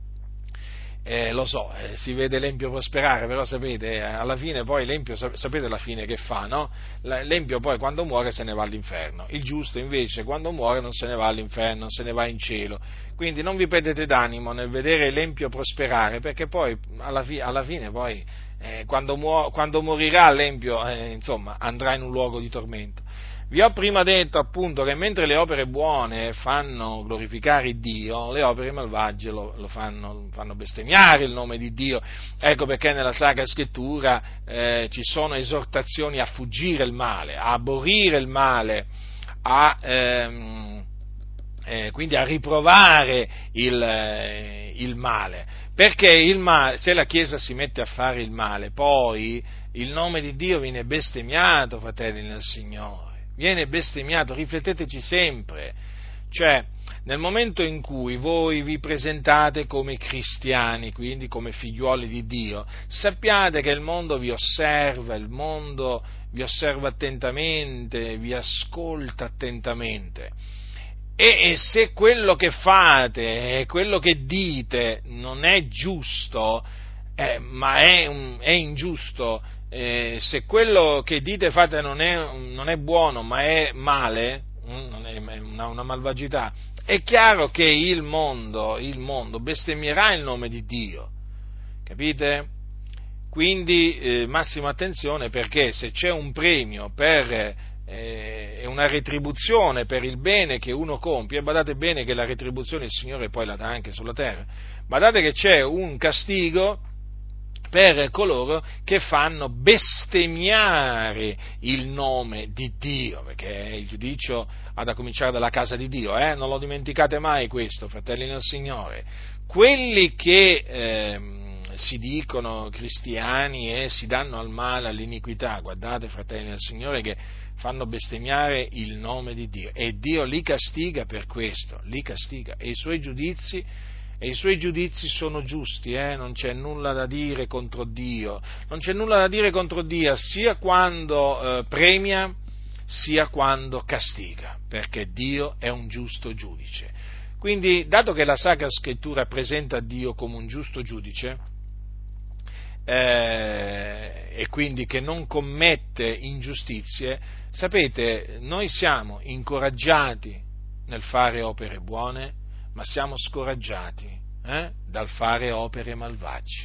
eh, lo so, eh, si vede l'empio prosperare, però sapete, alla fine poi l'empio, sapete la fine che fa, no? L'empio poi quando muore se ne va all'inferno, il giusto invece quando muore non se ne va all'inferno, non se ne va in cielo. Quindi non vi perdete d'animo nel vedere l'empio prosperare, perché poi alla, fi- alla fine poi Eh, quando, muo- quando morirà l'empio, eh, insomma, andrà in un luogo di tormento. Vi ho prima detto appunto che mentre le opere buone fanno glorificare Dio, le opere malvagie lo, lo fanno, fanno bestemmiare il nome di Dio. Ecco perché nella Sacra Scrittura eh, ci sono esortazioni a fuggire il male, a aborrire il male, a... Ehm, Eh, quindi a riprovare il, eh, il male, perché il male, se la Chiesa si mette a fare il male, poi il nome di Dio viene bestemmiato, fratelli nel Signore, viene bestemmiato, rifletteteci sempre, cioè nel momento in cui voi vi presentate come cristiani, quindi come figliuoli di Dio, sappiate che il mondo vi osserva, il mondo vi osserva attentamente, vi ascolta attentamente. E se quello che fate e quello che dite non è giusto, eh, ma è, un, è ingiusto, eh, se quello che dite e fate non è, non è buono, ma è male, non è una, una malvagità, è chiaro che il mondo, il mondo bestemmierà il nome di Dio, capite? Quindi eh, massima attenzione, perché se c'è un premio per è una retribuzione per il bene che uno compie, e badate bene che la retribuzione il Signore poi la dà anche sulla terra, badate che c'è un castigo per coloro che fanno bestemmiare il nome di Dio, perché il giudizio ha da cominciare dalla casa di Dio, eh? Non lo dimenticate mai questo, fratelli nel Signore. Quelli che eh, si dicono cristiani e si danno al male, all'iniquità, guardate, fratelli nel Signore, che fanno bestemmiare il nome di Dio, e Dio li castiga per questo, li castiga, e i suoi giudizi, e i suoi giudizi sono giusti, eh? Non c'è nulla da dire contro Dio, non c'è nulla da dire contro Dio, sia quando eh, premia, sia quando castiga, perché Dio è un giusto giudice. Quindi, dato che la Sacra Scrittura presenta Dio come un giusto giudice, eh, e quindi che non commette ingiustizie, sapete, noi siamo incoraggiati nel fare opere buone, ma siamo scoraggiati eh, dal fare opere malvagie.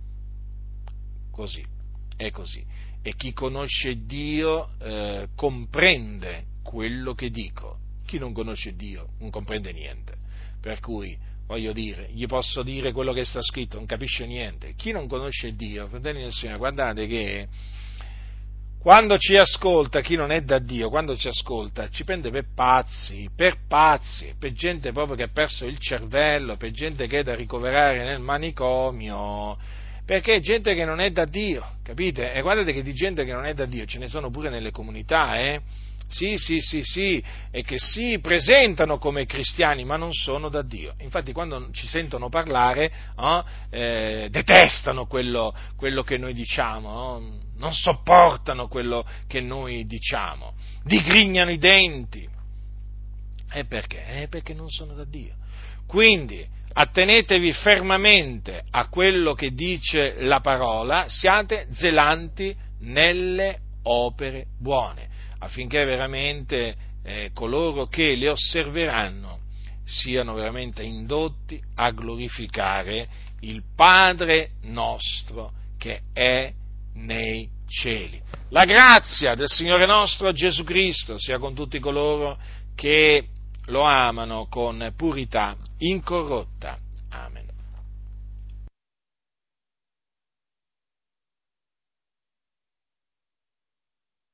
Così, è così. E chi conosce Dio eh, comprende quello che dico. Chi non conosce Dio non comprende niente. Per cui, voglio dire, gli posso dire quello che sta scritto, non capisce niente. Chi non conosce Dio, fratelli del Signore, guardate che quando ci ascolta, chi non è da Dio, quando ci ascolta, ci prende per pazzi, per pazzi, per gente proprio che ha perso il cervello, per gente che è da ricoverare nel manicomio, perché è gente che non è da Dio, capite? E guardate che di gente che non è da Dio ce ne sono pure nelle comunità, eh? Sì, sì, sì, sì, e che si presentano come cristiani, ma non sono da Dio. Infatti quando ci sentono parlare, oh, eh, detestano quello, quello che noi diciamo, no? Non sopportano quello che noi diciamo, digrignano i denti. E perché? Eh, perché non sono da Dio. Quindi attenetevi fermamente a quello che dice la parola, siate zelanti nelle opere buone, affinché veramente eh, coloro che le osserveranno siano veramente indotti a glorificare il Padre nostro che è nei cieli. La grazia del Signore nostro Gesù Cristo sia con tutti coloro che lo amano con purità incorrotta.